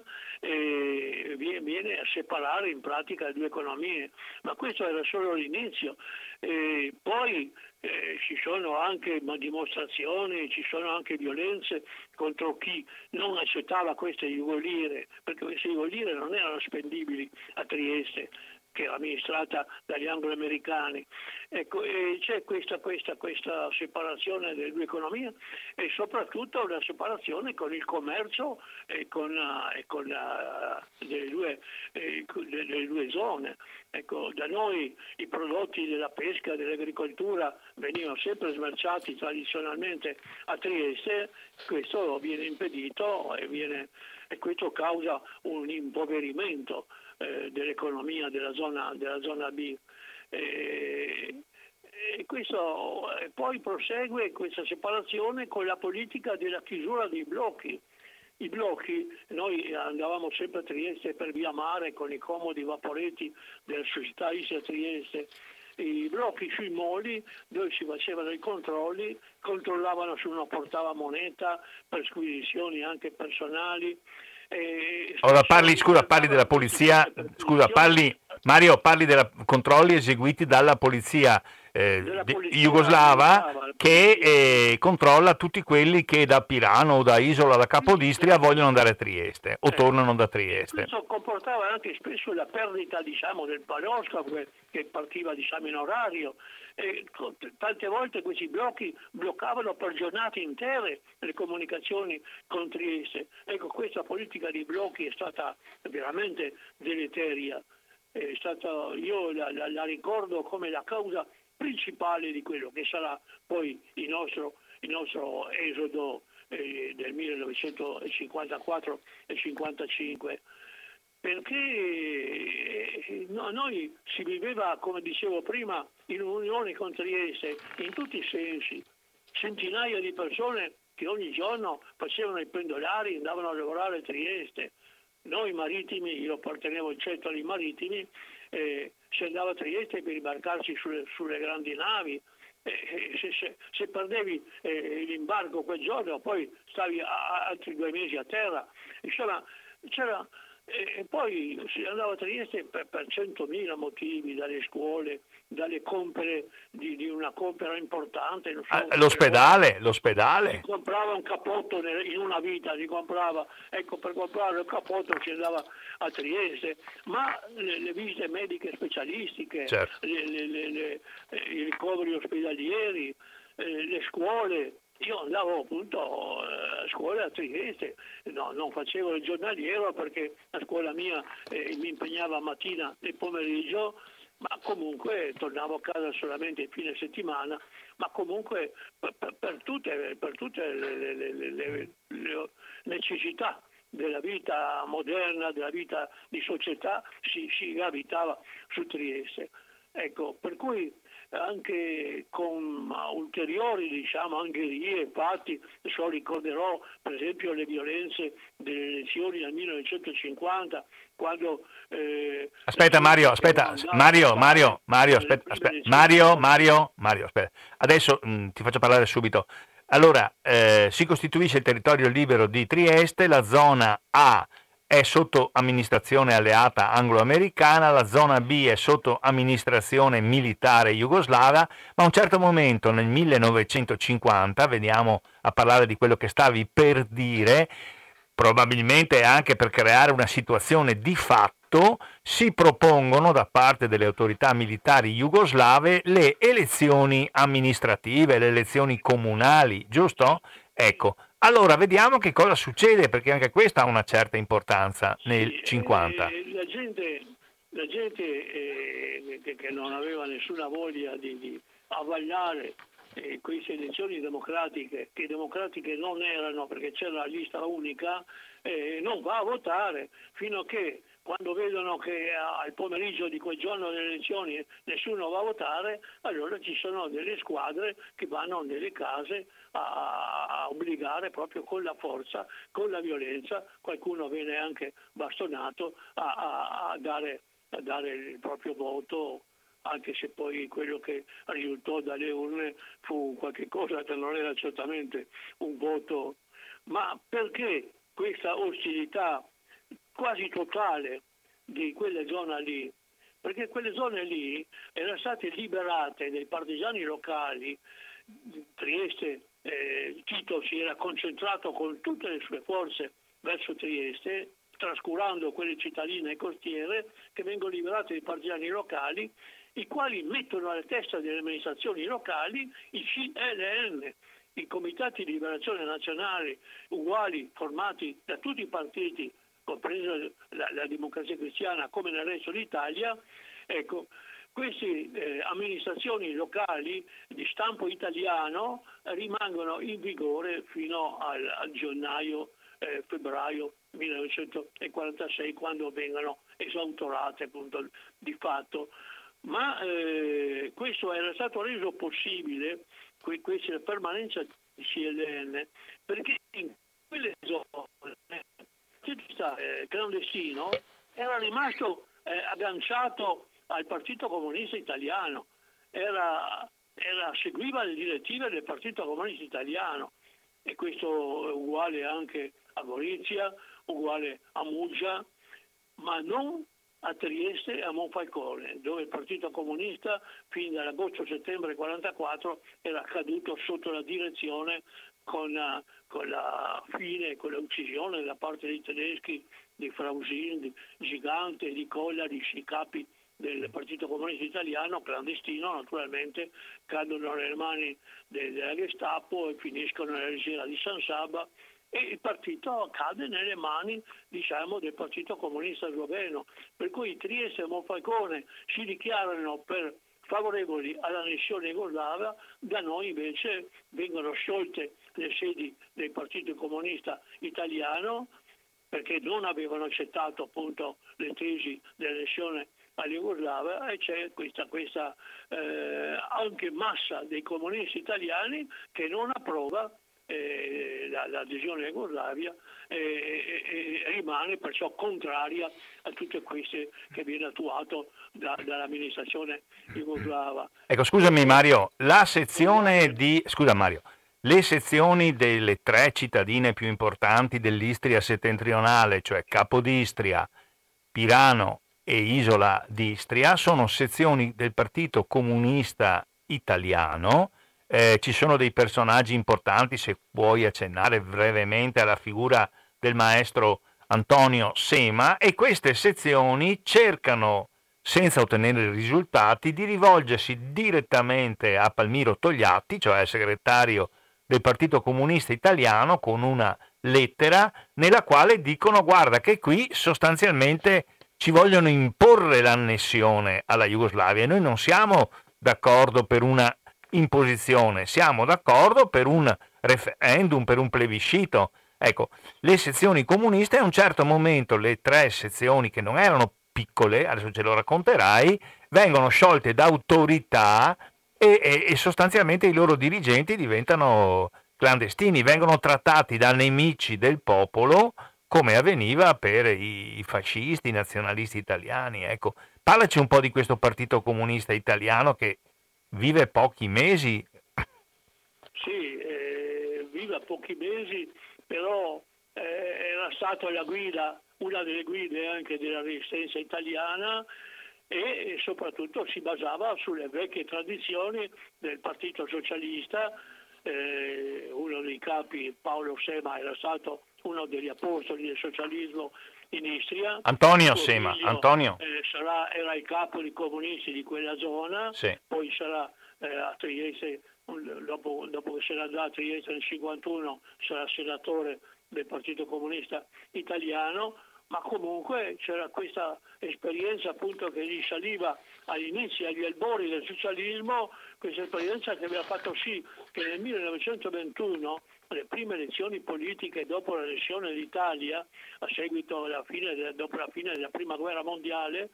viene a separare in pratica le due economie, ma questo era solo l'inizio. Poi ci sono anche dimostrazioni, ci sono anche violenze contro chi non accettava queste jugolire, perché queste jugolire non erano spendibili a Trieste, che era amministrata dagli anglo-americani. Ecco, c'è questa separazione delle due economie e soprattutto una separazione con il commercio e delle due zone. Ecco, da noi i prodotti della pesca e dell'agricoltura venivano sempre smerciati tradizionalmente a Trieste, questo viene impedito e questo causa un impoverimento dell'economia della zona B. E questo poi prosegue questa separazione con la politica della chiusura dei blocchi. I blocchi, noi andavamo sempre a Trieste per via mare con i comodi vaporetti della società Istria Trieste. I blocchi sui moli dove si facevano i controlli, controllavano se uno portava moneta, perquisizioni anche personali. Ora parli della polizia, Mario, parli dei controlli eseguiti dalla polizia jugoslava che controlla tutti quelli che da Pirano o da Isola da Capodistria vogliono andare a Trieste o tornano da Trieste. Questo comportava anche spesso la perdita, diciamo, del panoscafo che partiva, diciamo, in orario. Tante volte questi blocchi bloccavano per giornate intere le comunicazioni con Trieste. Ecco, questa politica di blocchi è stata veramente deleteria. Io la ricordo come la causa principale di quello che sarà poi il nostro esodo del 1954 e 55. perché noi si viveva, come dicevo prima, in unione con Trieste, in tutti i sensi, centinaia di persone che ogni giorno facevano i pendolari, andavano a lavorare a Trieste. Noi marittimi, io appartenevo al centro dei marittimi, si andava a Trieste per imbarcarsi sulle grandi navi. Se perdevi l'imbarco quel giorno, poi stavi altri 2 mesi a terra. Insomma, c'era. E poi si andava a Trieste per 100.000 motivi, dalle scuole, dalle compere di una compera importante. Non so, l'ospedale. Si comprava un cappotto in una vita, ecco, per comprare il cappotto si andava a Trieste, ma le visite mediche specialistiche, certo, i ricoveri ospedalieri, le scuole. Io andavo appunto a scuola a Trieste, non facevo il giornaliero perché la scuola mia mi impegnava mattina e pomeriggio, ma comunque tornavo a casa solamente il fine settimana, ma comunque per tutte le necessità della vita moderna, della vita di società, si gravitava su Trieste. Ecco, per cui anche con ulteriori angherie fatti, ricorderò per esempio le violenze delle elezioni del 1950, quando aspetta Mario, aspetta. Adesso ti faccio parlare subito. Allora, si costituisce il territorio libero di Trieste, la zona A è sotto amministrazione alleata anglo-americana, la zona B è sotto amministrazione militare jugoslava, ma a un certo momento nel 1950, veniamo a parlare di quello che stavi per dire, probabilmente anche per creare una situazione di fatto, si propongono da parte delle autorità militari jugoslave le elezioni amministrative, le elezioni comunali, giusto? Ecco, allora vediamo che cosa succede, perché anche questa ha una certa importanza nel 50. La gente che non aveva nessuna voglia di avallare queste elezioni democratiche, che democratiche non erano perché c'era la lista unica, non va a votare fino a che, quando vedono che al pomeriggio di quel giorno delle elezioni nessuno va a votare, allora ci sono delle squadre che vanno nelle case a obbligare proprio con la forza, con la violenza, qualcuno viene anche bastonato a dare il proprio voto, anche se poi quello che risultò dalle urne fu qualche cosa che non era certamente un voto. Ma perché questa ostilità quasi totale di quelle zone lì? Perché quelle zone lì erano state liberate dai partigiani locali. Trieste, Tito si era concentrato con tutte le sue forze verso Trieste, trascurando quelle cittadine e costiere che vengono liberate dai partigiani locali, i quali mettono alla testa delle amministrazioni locali i CLN, i Comitati di Liberazione Nazionale, uguali, formati da tutti i partiti, compresa la Democrazia Cristiana, come nel resto d'Italia. Ecco, queste amministrazioni locali di stampo italiano rimangono in vigore fino al febbraio 1946, quando vengono esautorate appunto di fatto. Ma questo era stato reso possibile, questa permanenza di CLN, perché in quelle zone il clandestino era rimasto agganciato al Partito Comunista Italiano, seguiva le direttive del Partito Comunista Italiano, e questo è uguale anche a Gorizia, uguale a Muggia, ma non a Trieste e a Monfalcone, dove il Partito Comunista fin dall'agosto-settembre 1944 era caduto sotto la direzione con la fine, con l'uccisione da parte dei tedeschi di Frausin, di Gigante, di Colla, di capi del Partito Comunista Italiano, clandestino naturalmente, cadono nelle mani della Gestapo e finiscono nella regina di San Saba, e il partito cade nelle mani, del Partito Comunista Sloveno, per cui Trieste e Monfalcone si dichiarano favorevoli all'annessione jugoslava. Da noi invece vengono sciolte le sedi del Partito Comunista Italiano, perché non avevano accettato appunto le tesi dell'adesione alla Jugoslavia, e c'è questa anche massa dei comunisti italiani che non approva l'adesione alla Jugoslavia e rimane perciò contraria a tutte queste che viene attuato dall'amministrazione jugoslava. Ecco, scusami Mario, scusa Mario, le sezioni delle 3 cittadine più importanti dell'Istria settentrionale, cioè Capodistria, Pirano e Isola d'Istria, sono sezioni del Partito Comunista Italiano. Ci sono dei personaggi importanti, se puoi accennare brevemente alla figura del maestro Antonio Sema, e queste sezioni cercano, senza ottenere risultati, di rivolgersi direttamente a Palmiro Togliatti, cioè al segretario del Partito Comunista Italiano, con una lettera nella quale dicono: guarda che qui sostanzialmente ci vogliono imporre l'annessione alla Jugoslavia e noi non siamo d'accordo per una imposizione, siamo d'accordo per un referendum, per un plebiscito. Ecco, le sezioni comuniste a un certo momento, le 3 sezioni che non erano piccole, adesso ce lo racconterai, vengono sciolte da autorità e sostanzialmente i loro dirigenti diventano clandestini, vengono trattati da nemici del popolo, come avveniva per i fascisti, i nazionalisti italiani. Ecco, parlaci un po' di questo Partito Comunista Italiano che vive pochi mesi. Sì, vive pochi mesi, però era stato la guida, una delle guide anche della resistenza italiana, e soprattutto si basava sulle vecchie tradizioni del Partito Socialista. Uno dei capi, Paolo Sema, era stato uno degli apostoli del socialismo in Istria. Antonio Sema, Antonio. Era il capo dei comunisti di quella zona, sì. Poi sarà a Trieste, dopo che se ne andò a Trieste nel 1951, sarà senatore del Partito Comunista Italiano, ma comunque c'era questa esperienza appunto che risaliva agli inizi, agli albori del socialismo, questa esperienza che aveva fatto sì che nel 1921, le prime elezioni politiche dopo l'annessione d'Italia, a seguito dopo la fine della Prima Guerra Mondiale,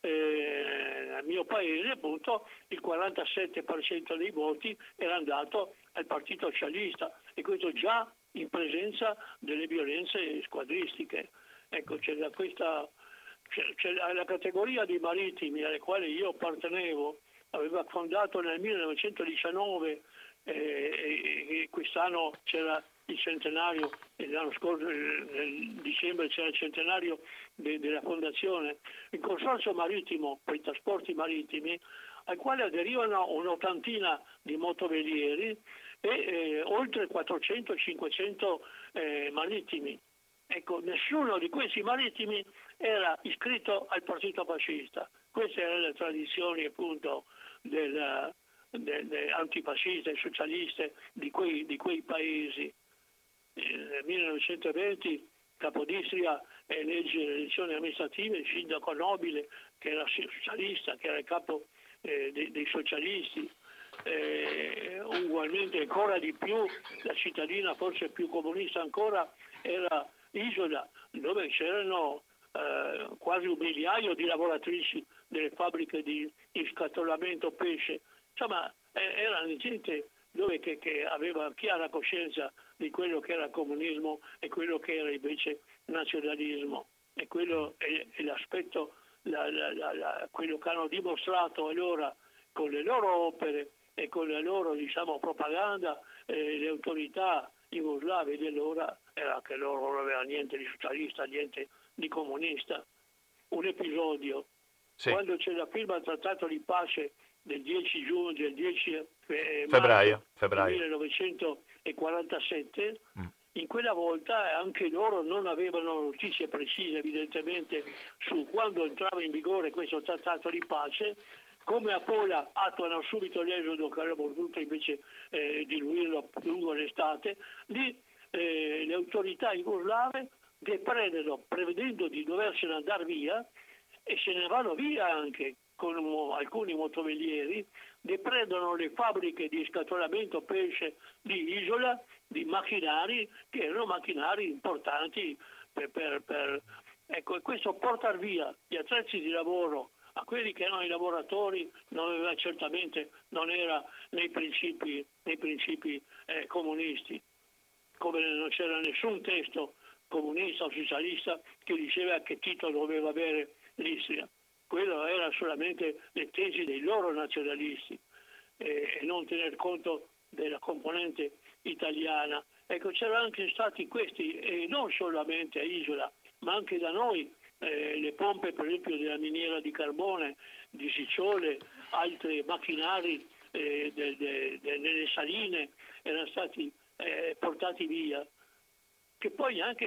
nel mio paese appunto il 47% dei voti era andato al Partito Socialista, e questo già in presenza delle violenze squadristiche. Ecco, c'è la categoria dei marittimi alle quali io appartenevo, aveva fondato nel 1919 e quest'anno c'era il centenario, l'anno scorso nel dicembre c'era il centenario della fondazione, il consorzio marittimo per i trasporti marittimi, al quale aderivano un'ottantina di motovelieri e oltre 400-500 marittimi. Ecco, nessuno di questi marittimi era iscritto al partito fascista. Queste erano le tradizioni appunto antifasciste e socialiste di quei paesi. Nel 1920 Capodistria elegge le elezioni amministrative il sindaco Nobile, che era socialista, che era il capo dei socialisti. Ugualmente ancora di più, la cittadina forse più comunista ancora era Isola, dove c'erano quasi 1 migliaio di lavoratrici delle fabbriche di scatolamento pesce. Insomma, era gente che aveva chiara coscienza di quello che era comunismo e quello che era invece nazionalismo, e quello è l'aspetto, quello che hanno dimostrato allora con le loro opere e con la loro propaganda, le autorità jugoslave di allora era che loro non aveva niente di socialista, niente di comunista. Un episodio, sì. Quando c'è la firma del trattato di pace del 10 giugno, del 10 febbraio 1947, in quella volta anche loro non avevano notizie precise evidentemente su quando entrava in vigore questo trattato di pace. Come a Pola attuano subito l'esodo, che avrebbero voluto invece diluirlo lungo l'estate, lì le autorità jugoslave depredano, prevedendo di doversene andare via, e se ne vanno via anche con alcuni motovelieri, depredano le fabbriche di scatolamento pesce di Isola, di macchinari, che erano macchinari importanti ecco, e questo portar via gli attrezzi di lavoro a quelli che erano i lavoratori certamente non era nei principi comunisti, come non c'era nessun testo comunista o socialista che diceva che Tito doveva avere l'Istria. Quello era solamente le tesi dei loro nazionalisti e non tener conto della componente italiana. Ecco, c'erano anche stati questi, e non solamente a Isola, ma anche da noi, le pompe per esempio della miniera di carbone, di Sicciole, altri macchinari nelle saline erano stati portati via, che poi anche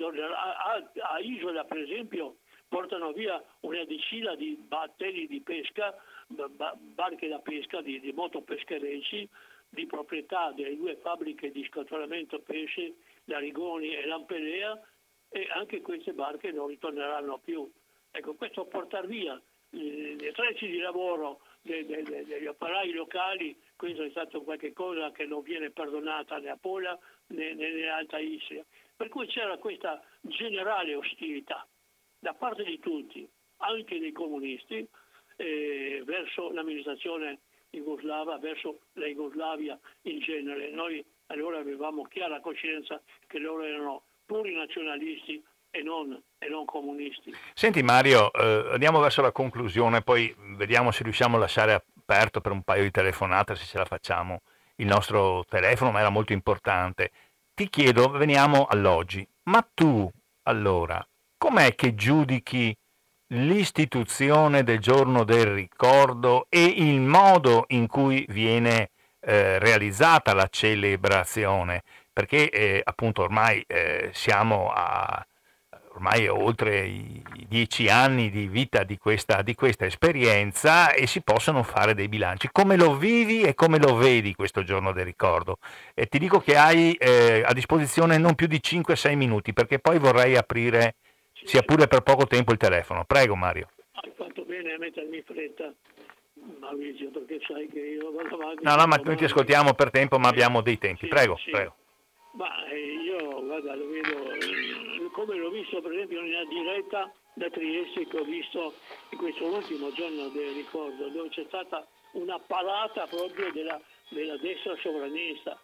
a Isola per esempio portano via una decina di battelli di pesca, barche da pesca, di motopescherecci, di proprietà delle due fabbriche di scatolamento pesce, la Rigoni e l'Ampelea, e anche queste barche non ritorneranno più. Ecco, questo portar via gli attrezzi di lavoro degli operai locali, questo è stato qualche cosa che non viene perdonata né a Pola né Alta Istria. Per cui c'era questa generale ostilità da parte di tutti, anche dei comunisti, verso l'amministrazione jugoslava, verso la Jugoslavia in genere. Noi allora avevamo chiara coscienza che loro erano puri nazionalisti e non comunisti. Senti Mario, andiamo verso la conclusione, poi vediamo se riusciamo a lasciare aperto per un paio di telefonate, se ce la facciamo, il nostro telefono, ma era molto importante. Ti chiedo, veniamo all'oggi, ma tu allora com'è che giudichi l'istituzione del giorno del ricordo e il modo in cui viene realizzata la celebrazione? Perché appunto ormai siamo ormai oltre i 10 anni di vita di questa esperienza e si possono fare dei bilanci. Come lo vivi e come lo vedi questo giorno del ricordo? E ti dico che hai a disposizione non più di 5-6 minuti, perché poi vorrei aprire, sia pure per poco tempo, il telefono. Prego Mario. Hai fatto bene a mettermi in fretta, Maurizio, perché sai che io vado avanti. No, ma noi ti ascoltiamo per tempo, ma abbiamo dei tempi. Prego, prego. Ma io, guarda, lo vedo come l'ho visto per esempio in una diretta da Trieste che ho visto in questo ultimo giorno del ricordo, dove c'è stata una parata proprio della destra sovranista.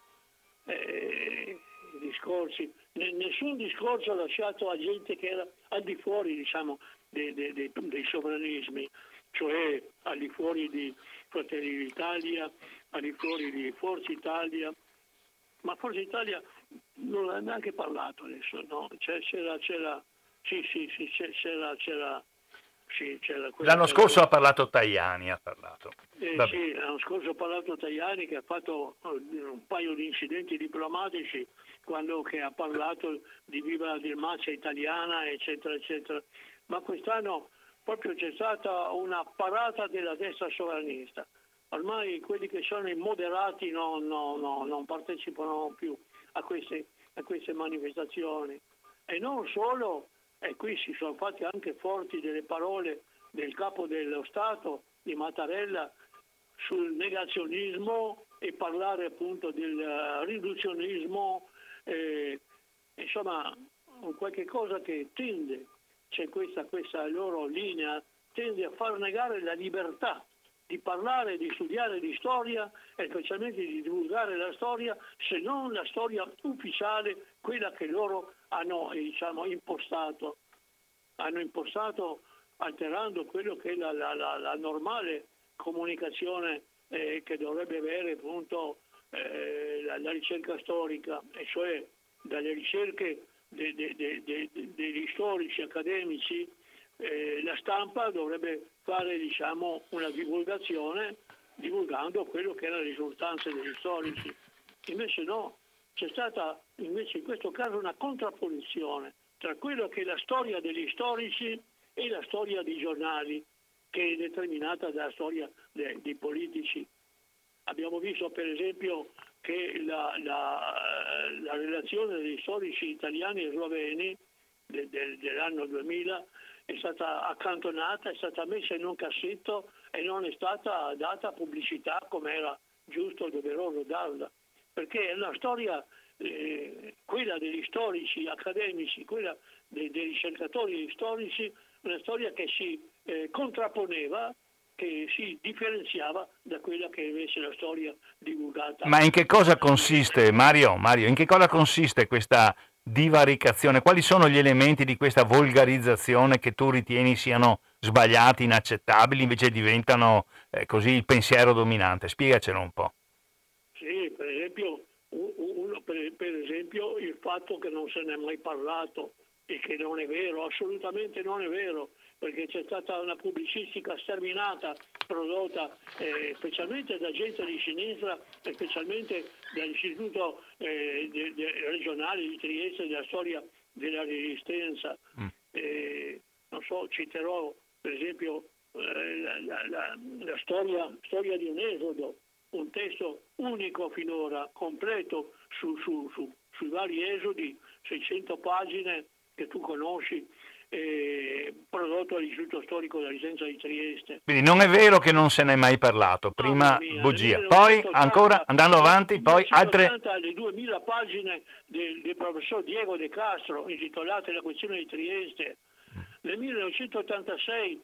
Discorsi, nessun discorso lasciato a gente che era al di fuori, diciamo, dei sovranismi, cioè al di fuori di Fratelli d'Italia, al di fuori di Forza Italia. Ma Forza Italia non ha neanche parlato adesso, no? C'era l'anno scorso ha parlato Tajani, sì, l'anno scorso ha parlato Tajani, che ha fatto un paio di incidenti diplomatici quando che ha parlato di viva la Dalmazia italiana, eccetera, eccetera. Ma quest'anno proprio c'è stata una parata della destra sovranista. Ormai quelli che sono i moderati non partecipano più a queste manifestazioni. E non solo, e qui si sono fatti anche forti delle parole del capo dello Stato, di Mattarella, sul negazionismo e parlare appunto del riduzionismo, insomma qualche cosa che tende, c'è questa loro linea, tende a far negare la libertà di parlare, di studiare di storia e specialmente di divulgare la storia, se non la storia ufficiale, quella che loro hanno impostato alterando quello che è la normale comunicazione che dovrebbe avere appunto la ricerca storica, e cioè dalle ricerche degli storici accademici. La stampa dovrebbe fare una divulgazione divulgando quello che erano le risultanze degli storici. Invece no, c'è stata invece in questo caso una contrapposizione tra quello che è la storia degli storici e la storia dei giornali, che è determinata dalla storia dei politici. Abbiamo visto per esempio che la relazione degli storici italiani e sloveni dell'anno 2000 è stata accantonata, è stata messa in un cassetto e non è stata data pubblicità come era giusto e doveroso darla, perché è una storia quella degli storici accademici, quella dei ricercatori storici, una storia che si contrapponeva, che si differenziava da quella che invece è la storia divulgata. Ma in che cosa consiste, Mario, in che cosa consiste questa divaricazione? Quali sono gli elementi di questa volgarizzazione che tu ritieni siano sbagliati, inaccettabili, invece diventano così il pensiero dominante? Spiegacelo un po'. Sì, per esempio, per esempio il fatto che non se ne è mai parlato e che non è vero, assolutamente non è vero, perché c'è stata una pubblicistica sterminata prodotta specialmente da gente di sinistra e specialmente dall'Istituto regionale di Trieste della storia della Resistenza. Non so, citerò per esempio la storia di un esodo, un testo unico finora, completo sui vari esodi, 600 pagine che tu conosci, prodotto dall'Istituto Storico della Resistenza di Trieste. Quindi non è vero che non se ne è mai parlato, prima bugia, poi ancora andando avanti, poi altre... Le 2000 pagine del professor Diego De Castro intitolate La questione di Trieste, nel 1986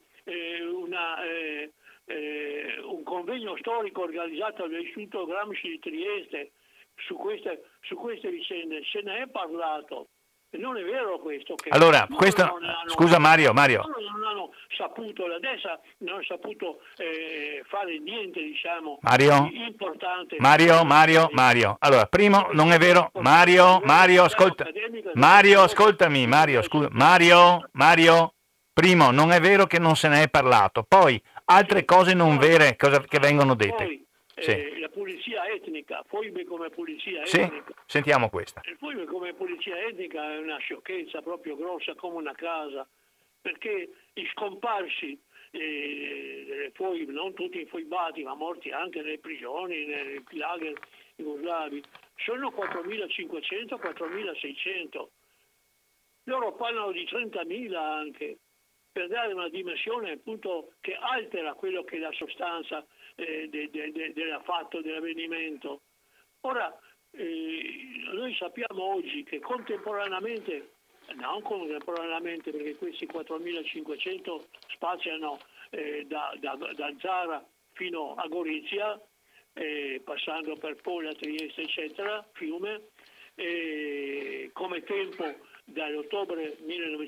un convegno storico organizzato dall'Istituto Gramsci di Trieste su queste vicende, se ne è parlato. Non è vero questo. Che allora, scusa Mario. Non hanno saputo, la destra non ha saputo fare niente, diciamo, di importante. Mario. Allora, primo, non è vero. Mario, ascoltami, Mario. Primo, non è vero che non se ne è parlato. Poi, altre cose non vere che vengono dette. Poi, la pulizia etnica, foibe come pulizia etnica. Sì, sentiamo questa. Il foibe come pulizia etnica è una sciocchezza proprio grossa come una casa, perché i scomparsi delle foibe, non tutti infoibati, ma morti anche nelle prigioni, nei lager jugoslavi, sono 4.500, 4.600. Loro parlano di 30.000 anche, per dare una dimensione appunto che altera quello che è la sostanza del fatto dell'avvenimento. Ora, noi sappiamo oggi che contemporaneamente, perché questi 4.500 spaziano da Zara fino a Gorizia, passando per Pola, Trieste, eccetera, Fiume, come tempo dall'ottobre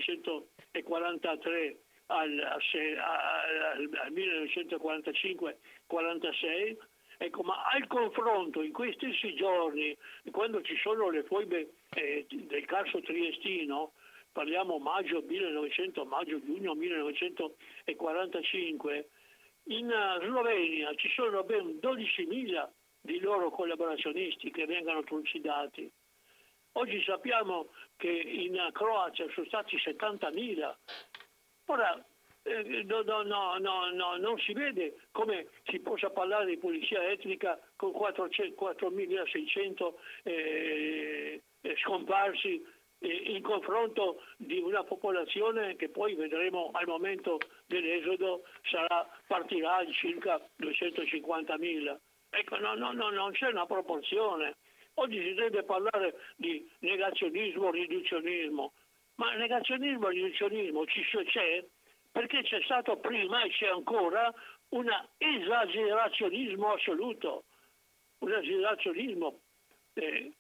1943 al 1945-46, ecco, ma al confronto in questi stessi giorni, quando ci sono le foibe del Carso triestino, parliamo maggio-giugno 1945, in Slovenia ci sono ben 12.000 di loro collaborazionisti che vengono trucidati. Oggi sappiamo che in Croazia sono stati 70.000. Ora, non si vede come si possa parlare di pulizia etnica con 4.600 scomparsi in confronto di una popolazione che poi vedremo al momento dell'esodo partirà in circa 250.000. Ecco, non c'è una proporzione. Oggi si deve parlare di negazionismo, riduzionismo, ma negazionismo e riduzionismo c'è perché c'è stato prima e c'è ancora un esagerazionismo assoluto, un esagerazionismo e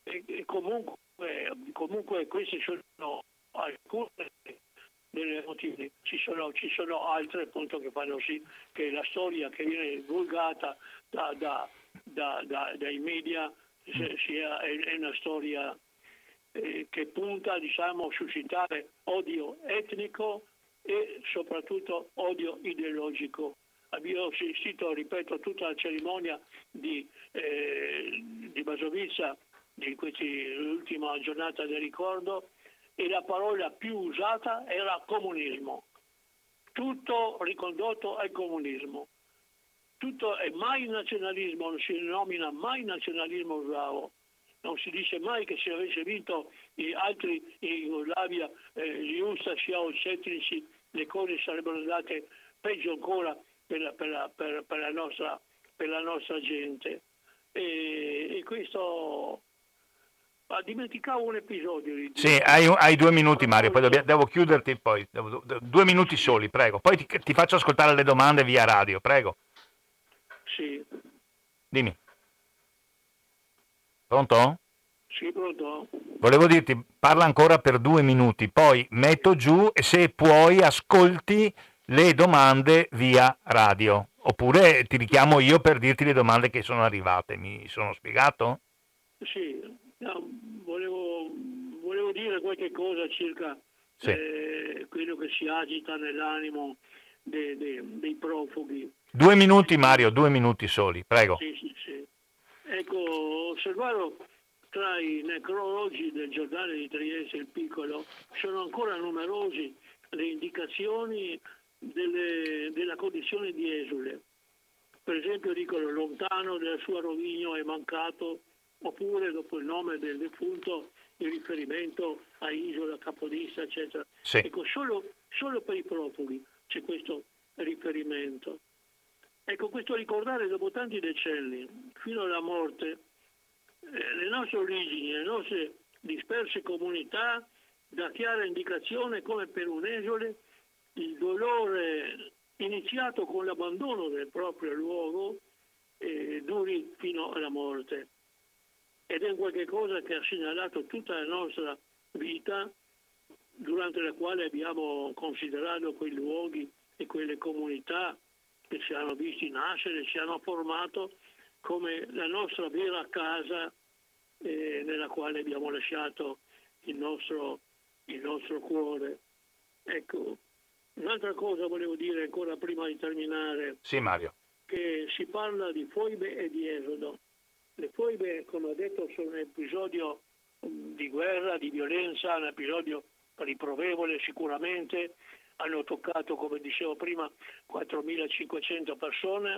comunque questi sono alcune delle motivi. Ci sono altre appunto che fanno sì che la storia che viene divulgata dai media è una storia che punta, diciamo, a suscitare odio etnico e soprattutto odio ideologico. Abbiamo assistito, ripeto, tutta la cerimonia di Basovizza, di l'ultima giornata del ricordo, e la parola più usata era comunismo. Tutto ricondotto al comunismo. Tutto è mai nazionalismo, non si denomina mai nazionalismo slavo. Non si dice mai che se avesse vinto gli altri in Jugoslavia, gli ustasi o i etnici, le cose sarebbero andate peggio ancora per la nostra gente. E questo dimenticavo un episodio. Sì, hai 2 minuti, Mario, poi devo chiuderti, poi 2 minuti soli, prego. Poi ti faccio ascoltare le domande via radio, prego. Sì. Dimmi. Pronto? Sì, pronto. Volevo dirti, parla ancora per 2 minuti, poi metto giù e se puoi ascolti le domande via radio. Oppure ti richiamo io per dirti le domande che sono arrivate. Mi sono spiegato? Sì, no, volevo dire qualche cosa circa quello che si agita nell'animo dei profughi. 2 minuti, Mario, 2 minuti soli, prego. Sì. Ecco, ho osservato tra i necrologi del giornale di Trieste il Piccolo, sono ancora numerosi le indicazioni della condizione di esule. Per esempio dicono lontano dal suo rovigno è mancato, oppure dopo il nome del defunto il riferimento a Isola, Capodista, eccetera. Sì. Ecco, solo per i profughi c'è questo riferimento. Ecco, questo ricordare dopo tanti decenni, fino alla morte, le nostre origini, le nostre disperse comunità, dà chiara indicazione come per un esule il dolore iniziato con l'abbandono del proprio luogo duri fino alla morte. Ed è qualche cosa che ha segnalato tutta la nostra vita, durante la quale abbiamo considerato quei luoghi e quelle comunità che ci hanno visti nascere, ci hanno formato come la nostra vera casa nella quale abbiamo lasciato il nostro cuore. Ecco, un'altra cosa volevo dire ancora prima di terminare. Sì, Mario. Che si parla di foibe e di esodo. Le foibe, come ho detto, sono un episodio di guerra, di violenza, un episodio riprovevole sicuramente. Hanno toccato, come dicevo prima, 4.500 persone,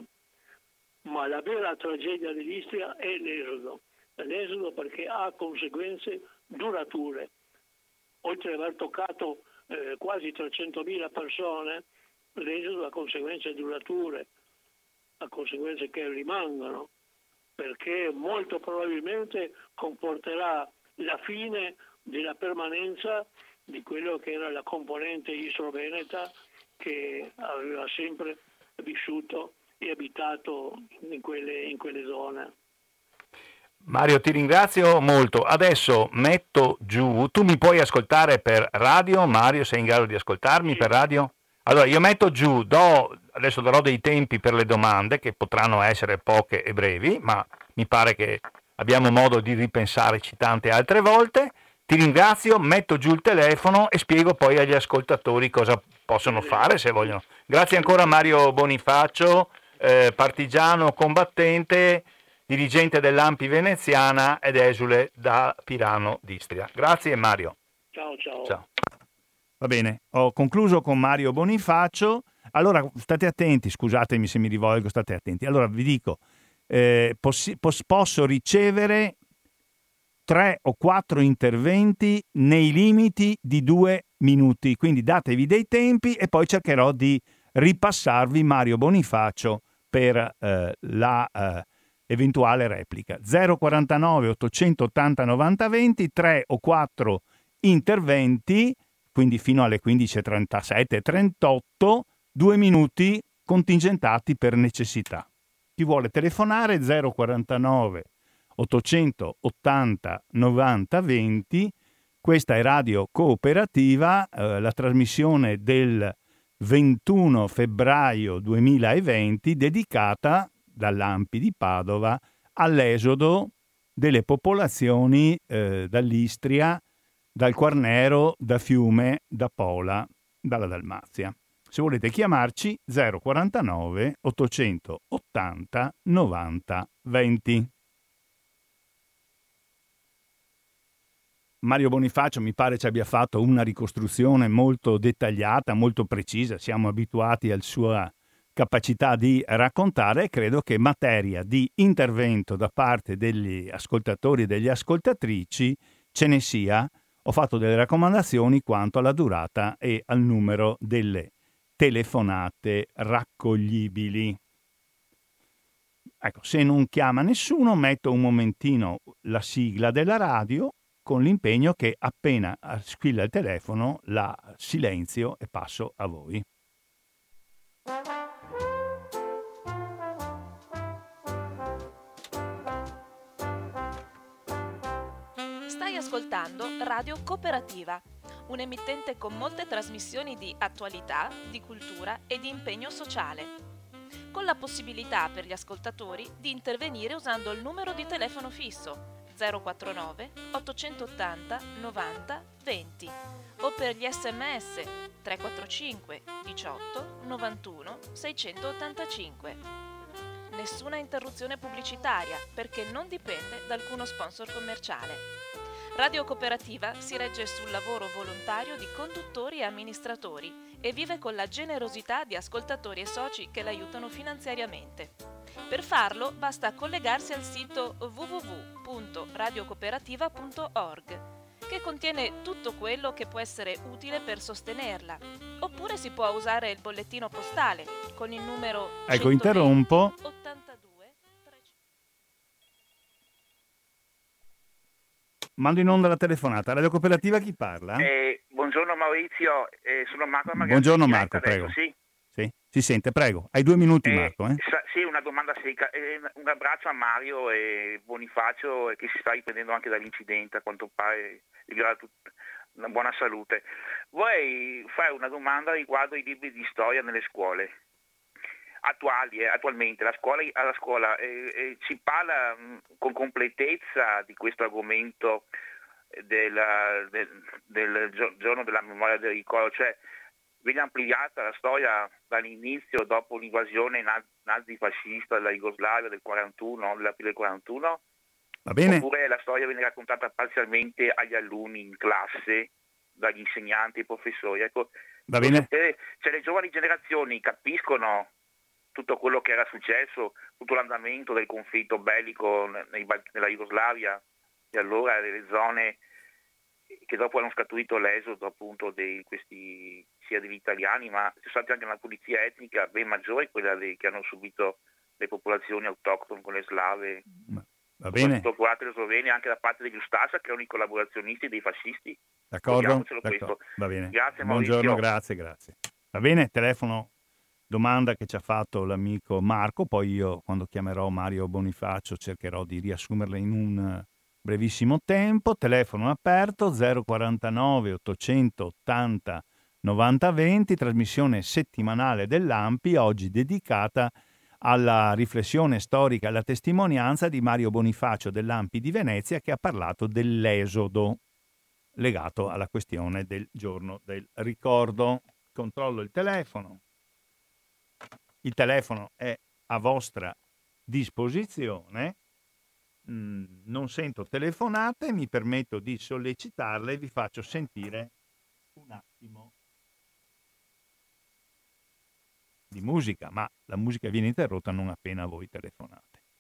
ma la vera tragedia dell'Istria è l'esodo. L'esodo perché ha conseguenze durature. Oltre ad aver toccato quasi 300.000 persone, l'esodo ha conseguenze durature, ha conseguenze che rimangono, perché molto probabilmente comporterà la fine della permanenza di quello che era la componente istro-veneta che aveva sempre vissuto e abitato in quelle zone. Mario, ti ringrazio molto. Adesso metto giù, tu mi puoi ascoltare per radio? Mario, sei in grado di ascoltarmi per radio? Allora, io metto giù, adesso darò dei tempi per le domande, che potranno essere poche e brevi, ma mi pare che abbiamo modo di ripensarci tante altre volte. Ti ringrazio, metto giù il telefono e spiego poi agli ascoltatori cosa possono fare se vogliono. Grazie ancora Mario Bonifacio, partigiano combattente, dirigente dell'Ampi Veneziana ed esule da Pirano d'Istria. Grazie Mario. Ciao. Va bene, ho concluso con Mario Bonifacio. Allora state attenti, scusatemi se mi rivolgo, state attenti. Allora vi dico, posso ricevere 3 o 4 interventi nei limiti di 2 minuti, quindi datevi dei tempi e poi cercherò di ripassarvi Mario Bonifacio per la eventuale replica. 049 880 90 20, 3 o 4 interventi, quindi fino alle 15:37, 38, 2 minuti contingentati per necessità. Chi vuole telefonare 049 880 90 20. Questa è Radio Cooperativa, la trasmissione del 21 febbraio 2020 dedicata dall'Ampi di Padova all'esodo delle popolazioni dall'Istria, dal Quarnero, da Fiume, da Pola, dalla Dalmazia. Se volete chiamarci 049 880 90 20. Mario Bonifacio mi pare ci abbia fatto una ricostruzione molto dettagliata, molto precisa, siamo abituati alla sua capacità di raccontare e credo che materia di intervento da parte degli ascoltatori e delle ascoltatrici ce ne sia. Ho fatto delle raccomandazioni quanto alla durata e al numero delle telefonate raccoglibili. Ecco, se non chiama nessuno metto un momentino la sigla della radio con l'impegno che appena squilla il telefono la silenzio e passo a voi. Stai ascoltando Radio Cooperativa, un emittente con molte trasmissioni di attualità, di cultura e di impegno sociale, con la possibilità per gli ascoltatori di intervenire usando il numero di telefono fisso 049 880 90 20 o per gli sms 345 18 91 685. Nessuna interruzione pubblicitaria perché non dipende da alcuno sponsor commerciale. Radio Cooperativa si regge sul lavoro volontario di conduttori e amministratori e vive con la generosità di ascoltatori e soci che l'aiutano finanziariamente. Per farlo basta collegarsi al sito www.radiocooperativa.org, che contiene tutto quello che può essere utile per sostenerla. Oppure si può usare il bollettino postale con il numero 120 interrompo. 82 300. Mando in onda la telefonata. Radio Cooperativa, chi parla? Buongiorno Maurizio, sono Marco. Buongiorno Marco, prego. Sì? Sì, si sente, prego. Hai 2 minuti Marco. Sì, una domanda secca. Un abbraccio a Mario e Bonifacio che si sta riprendendo anche dall'incidente, a quanto pare una buona salute. Vorrei fare una domanda riguardo i libri di storia nelle scuole attualmente. Alla scuola ci parla con completezza di questo argomento del giorno della memoria del ricordo, cioè viene ampliata la storia dall'inizio, dopo l'invasione nazifascista della Jugoslavia del 41, dell'aprile 41, va bene? Oppure la storia viene raccontata parzialmente agli alunni in classe, dagli insegnanti e professori. Ecco, va bene. Cioè, le giovani generazioni capiscono tutto quello che era successo, tutto l'andamento del conflitto bellico nella Jugoslavia, e allora le zone che dopo hanno scaturito l'esodo appunto sia degli italiani, ma c'è stata anche una pulizia etnica ben maggiore, quella che hanno subito le popolazioni autoctone con le slave, va bene, croate e slovene, anche da parte degli Ustasa, che erano i collaborazionisti dei fascisti. D'accordo? Questo. Va bene. Grazie Maurizio. Buongiorno, grazie. Va bene, telefono, domanda che ci ha fatto l'amico Marco, poi io quando chiamerò Mario Bonifacio cercherò di riassumerle in un brevissimo tempo. Telefono aperto 049 880 90 20, trasmissione settimanale dell'AMPI, oggi dedicata alla riflessione storica e alla testimonianza di Mario Bonifacio dell'AMPI di Venezia, che ha parlato dell'esodo legato alla questione del giorno del ricordo. Controllo il telefono. Il telefono è a vostra disposizione. Non sento telefonate, mi permetto di sollecitarle e vi faccio sentire un attimo di musica, ma la musica viene interrotta non appena voi telefonate.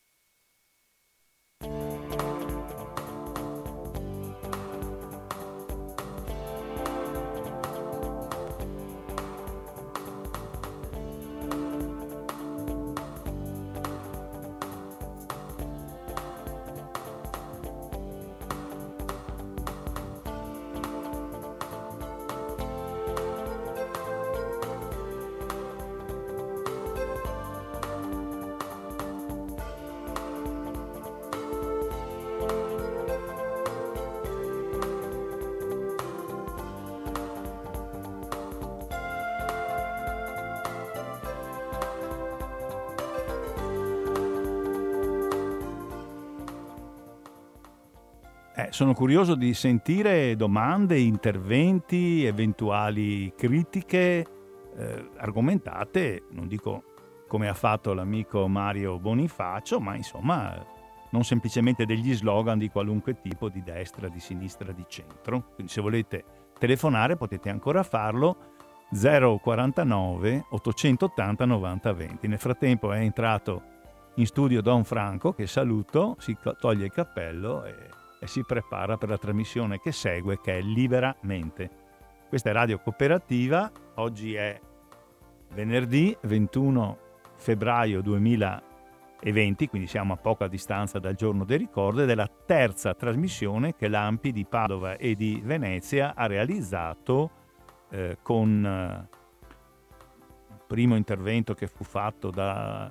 Sono curioso di sentire domande, interventi, eventuali critiche argomentate, non dico come ha fatto l'amico Mario Bonifacio, ma insomma non semplicemente degli slogan di qualunque tipo, di destra, di sinistra, di centro. Quindi se volete telefonare potete ancora farlo, 049 880 90 20. Nel frattempo è entrato in studio Don Franco, che saluto, si toglie il cappello e si prepara per la trasmissione che segue, che è Liberamente. Questa è Radio Cooperativa, oggi è venerdì 21 febbraio 2023 20, quindi siamo a poca distanza dal giorno del ricordo, ed è la terza trasmissione che l'ANPI di Padova e di Venezia ha realizzato con il primo intervento che fu fatto da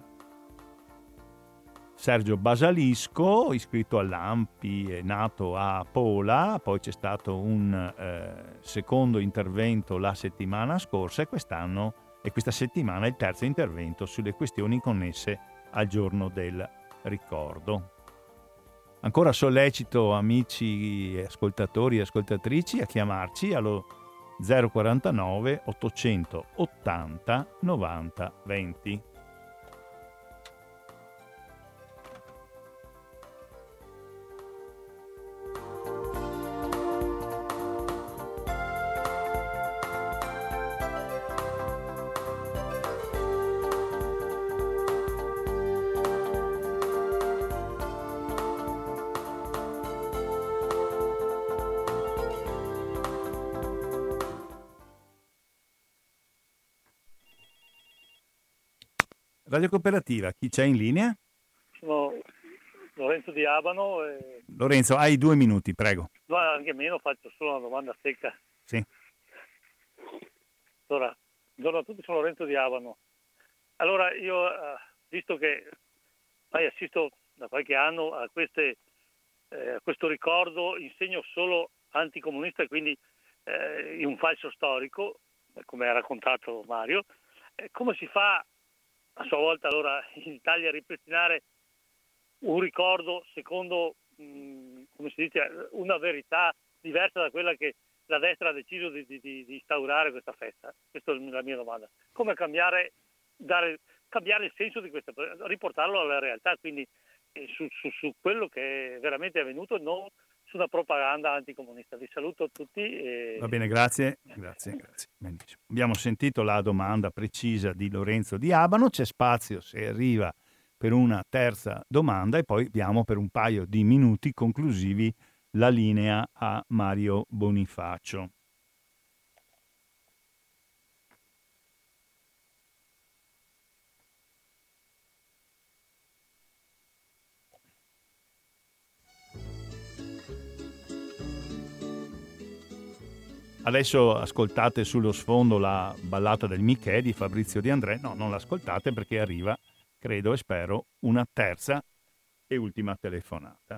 Sergio Basalisco, iscritto all'ANPI, è nato a Pola, poi c'è stato un secondo intervento la settimana scorsa e questa settimana il terzo intervento sulle questioni connesse al giorno del ricordo. Ancora sollecito amici ascoltatori e ascoltatrici a chiamarci allo 049 880 90 20. Radio Cooperativa, chi c'è in linea? Sono Lorenzo di Abano. Lorenzo, hai 2 minuti, prego. No, anche meno, faccio solo una domanda secca. Sì. Allora, buongiorno a tutti, sono Lorenzo di Abano. Allora, io, visto che assisto da qualche anno a questo ricordo, insegno solo anticomunista, quindi in un falso storico, come ha raccontato Mario, come si fa a sua volta allora in Italia a ripristinare un ricordo secondo, come si dice, una verità diversa da quella che la destra ha deciso di instaurare questa festa? Questa è la mia domanda. Come cambiare il senso di questa, riportarlo alla realtà, quindi su quello che veramente è avvenuto, non su una propaganda anticomunista. Vi saluto tutti. Va bene, grazie. Benissimo. Abbiamo sentito la domanda precisa di Lorenzo di Abano, c'è spazio se arriva per una terza domanda e poi diamo per un paio di minuti conclusivi la linea a Mario Bonifacio. Adesso ascoltate sullo sfondo la ballata del Michè di Fabrizio De André. No, non l'ascoltate perché arriva, credo e spero, una terza e ultima telefonata.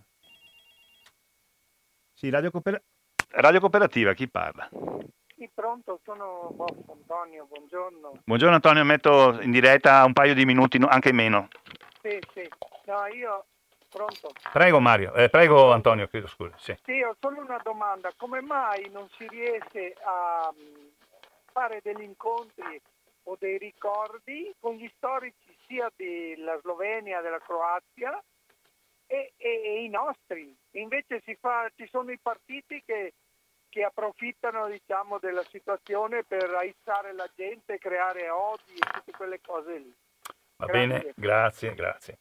Sì, Radio Cooperativa, chi parla? Sì, pronto, sono Antonio, buongiorno. Buongiorno Antonio, metto in diretta un paio di minuti, anche meno. Sì, no, io... Pronto? Prego Mario, prego Antonio, chiedo scusa. Sì, ho solo una domanda. Come mai non si riesce a fare degli incontri o dei ricordi con gli storici sia della Slovenia, della Croazia e i nostri? Invece ci sono i partiti che approfittano, diciamo, della situazione per aizzare la gente, creare odi e tutte quelle cose lì. Va bene, grazie.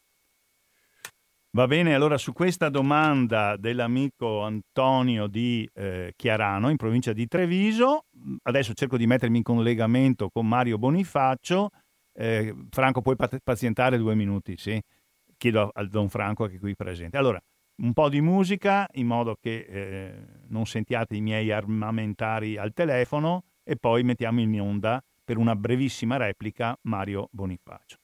Va bene, allora su questa domanda dell'amico Antonio di Chiarano, in provincia di Treviso, adesso cerco di mettermi in collegamento con Mario Bonifacio. Franco, puoi pazientare 2 minuti, sì? Chiedo al Don Franco che è qui presente. Allora, un po' di musica in modo che non sentiate i miei armamentari al telefono e poi mettiamo in onda per una brevissima replica Mario Bonifacio.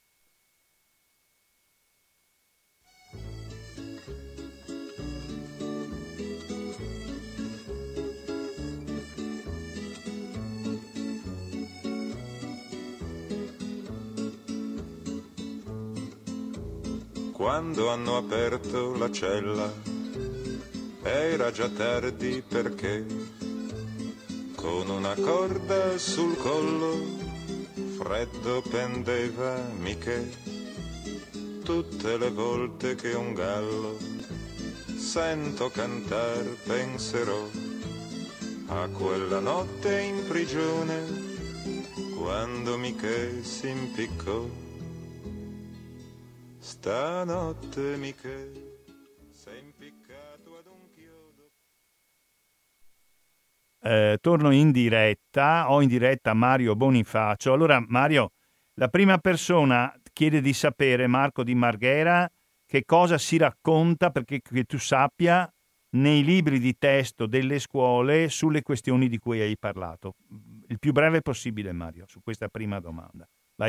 Quando hanno aperto la cella era già tardi perché con una corda sul collo freddo pendeva Michè. Tutte le volte che un gallo sento cantar penserò a quella notte in prigione quando Michè si impiccò. Stanotte Michè sei impiccato ad un chiodo. Torno in diretta, ho in diretta Mario Bonifacio. Allora Mario, la prima persona chiede di sapere, Marco di Marghera, che cosa si racconta, perché che tu sappia, nei libri di testo delle scuole sulle questioni di cui hai parlato. Il più breve possibile, Mario, su questa prima domanda. Vai.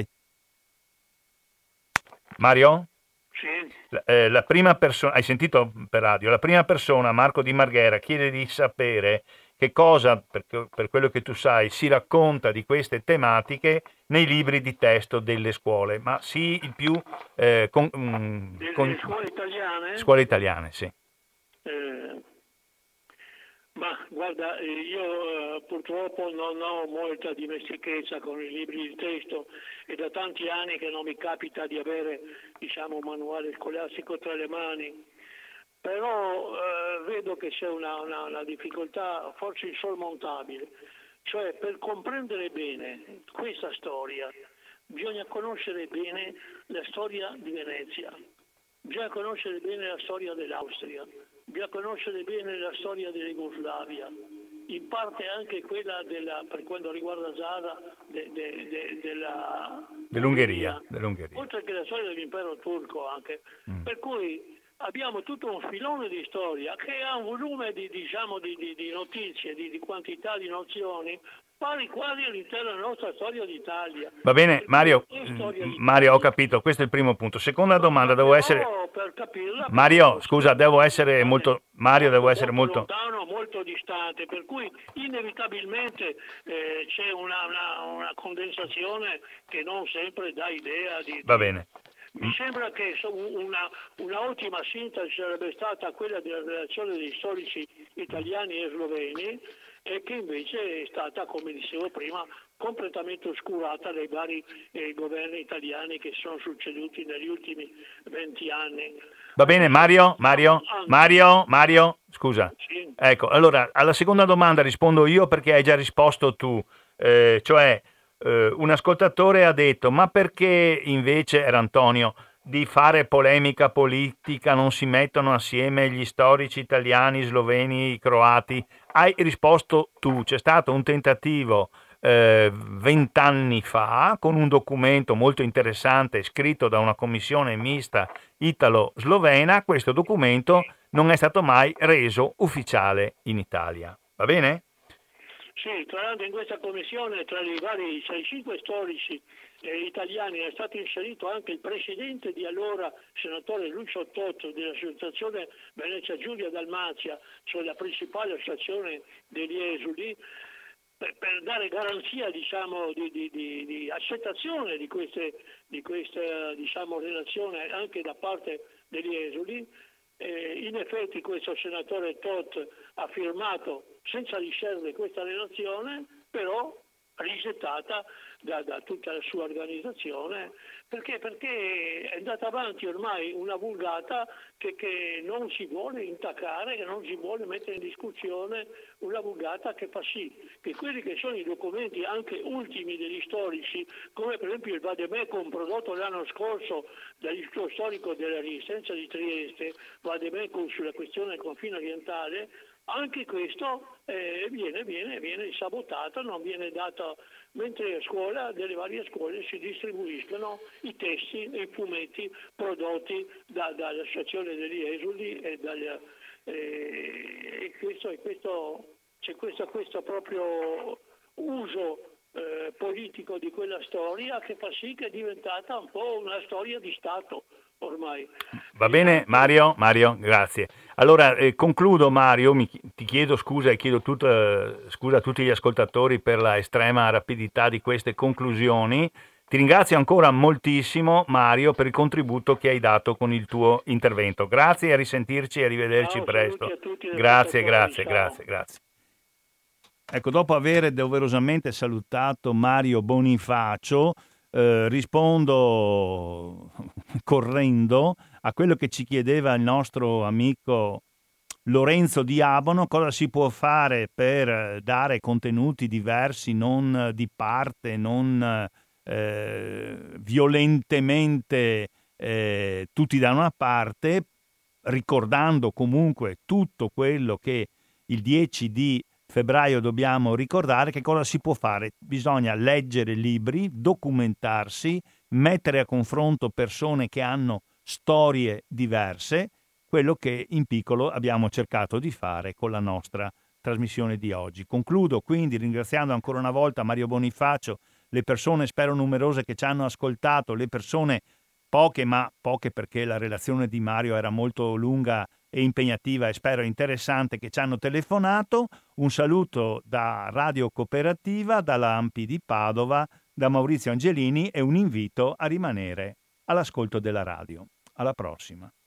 Mario? Sì. La prima persona, hai sentito per radio, la prima persona, Marco di Marghera, chiede di sapere che cosa, per quello che tu sai, si racconta di queste tematiche nei libri di testo delle scuole, ma sì, il più... Delle scuole italiane? Scuole italiane, sì. Ma guarda, io purtroppo non ho molta dimestichezza con i libri di testo e da tanti anni che non mi capita di avere, diciamo, un manuale scolastico tra le mani, però vedo che c'è una difficoltà forse insormontabile, cioè per comprendere bene questa storia bisogna conoscere bene la storia di Venezia, bisogna conoscere bene la storia dell'Austria, bisogna conoscere bene la storia della Jugoslavia, in parte anche quella per quanto riguarda Zara dell'Ungheria, oltre che la storia dell'impero turco anche. Per cui abbiamo tutto un filone di storia che ha un volume di notizie, di quantità di nozioni pari quasi all'intera nostra storia d'Italia. Va bene, Mario, ho capito, questo è il primo punto. Seconda domanda, per capirla, Mario, scusa, devo essere molto lontano, molto distante, per cui inevitabilmente c'è una condensazione che non sempre dà idea di... Va bene. Mi sembra che una ottima sintesi sarebbe stata quella della relazione dei storici italiani e sloveni, e che invece è stata, come dicevo prima, completamente oscurata dai vari governi italiani che sono succeduti negli ultimi 20 anni. Va bene, Mario, scusa. Sì. Ecco, allora, alla seconda domanda rispondo io perché hai già risposto tu, un ascoltatore ha detto, ma perché invece, era Antonio, di fare polemica politica non si mettono assieme gli storici italiani, sloveni, croati? Hai risposto tu, c'è stato un tentativo 20 anni fa con un documento molto interessante scritto da una commissione mista italo-slovena. Questo documento non è stato mai reso ufficiale in Italia, va bene? Sì, tra l'altro in questa commissione, tra i vari 6-5 storici italiani, è stato inserito anche il presidente di allora, senatore Lucio Totto, dell'associazione Venezia Giulia Dalmazia, cioè la principale associazione degli esuli, per dare garanzia, diciamo, di accettazione di questa diciamo, relazione anche da parte degli esuli. In effetti questo senatore Tot ha firmato senza discernere questa relazione, però rigettata da tutta la sua organizzazione, perché è andata avanti ormai una vulgata che non si vuole intaccare, che non si vuole mettere in discussione, una vulgata che fa sì che quelli che sono i documenti anche ultimi degli storici, come per esempio il Vademecum prodotto l'anno scorso dall'Istituto Storico della Resistenza di Trieste, Vademecum sulla questione del confine orientale, anche questo viene sabotato, non viene dato, mentre a scuola, delle varie scuole si distribuiscono i testi e i fumetti prodotti dall'associazione degli esuli c'è questo proprio uso politico di quella storia che fa sì che è diventata un po' una storia di Stato ormai. Va bene, Mario, grazie. Allora, concludo, Mario, ti chiedo scusa e chiedo scusa a tutti gli ascoltatori per la estrema rapidità di queste conclusioni. Ti ringrazio ancora moltissimo, Mario, per il contributo che hai dato con il tuo intervento. Grazie, a risentirci e arrivederci presto. Grazie. Ecco, dopo aver doverosamente salutato Mario Bonifacio, rispondo correndo a quello che ci chiedeva il nostro amico Lorenzo di Abano: cosa si può fare per dare contenuti diversi, non di parte, non violentemente tutti da una parte, ricordando comunque tutto quello che il 10 di febbraio dobbiamo ricordare che cosa si può fare. Bisogna leggere libri, documentarsi, mettere a confronto persone che hanno storie diverse, quello che in piccolo abbiamo cercato di fare con la nostra trasmissione di oggi. Concludo quindi ringraziando ancora una volta Mario Bonifacio, le persone spero numerose che ci hanno ascoltato, le persone poche, ma poche perché la relazione di Mario era molto lunga e impegnativa e spero interessante, che ci hanno telefonato. Un saluto da Radio Cooperativa, dalla Ampi di Padova, da Maurizio Angelini e un invito a rimanere all'ascolto della radio. Alla prossima.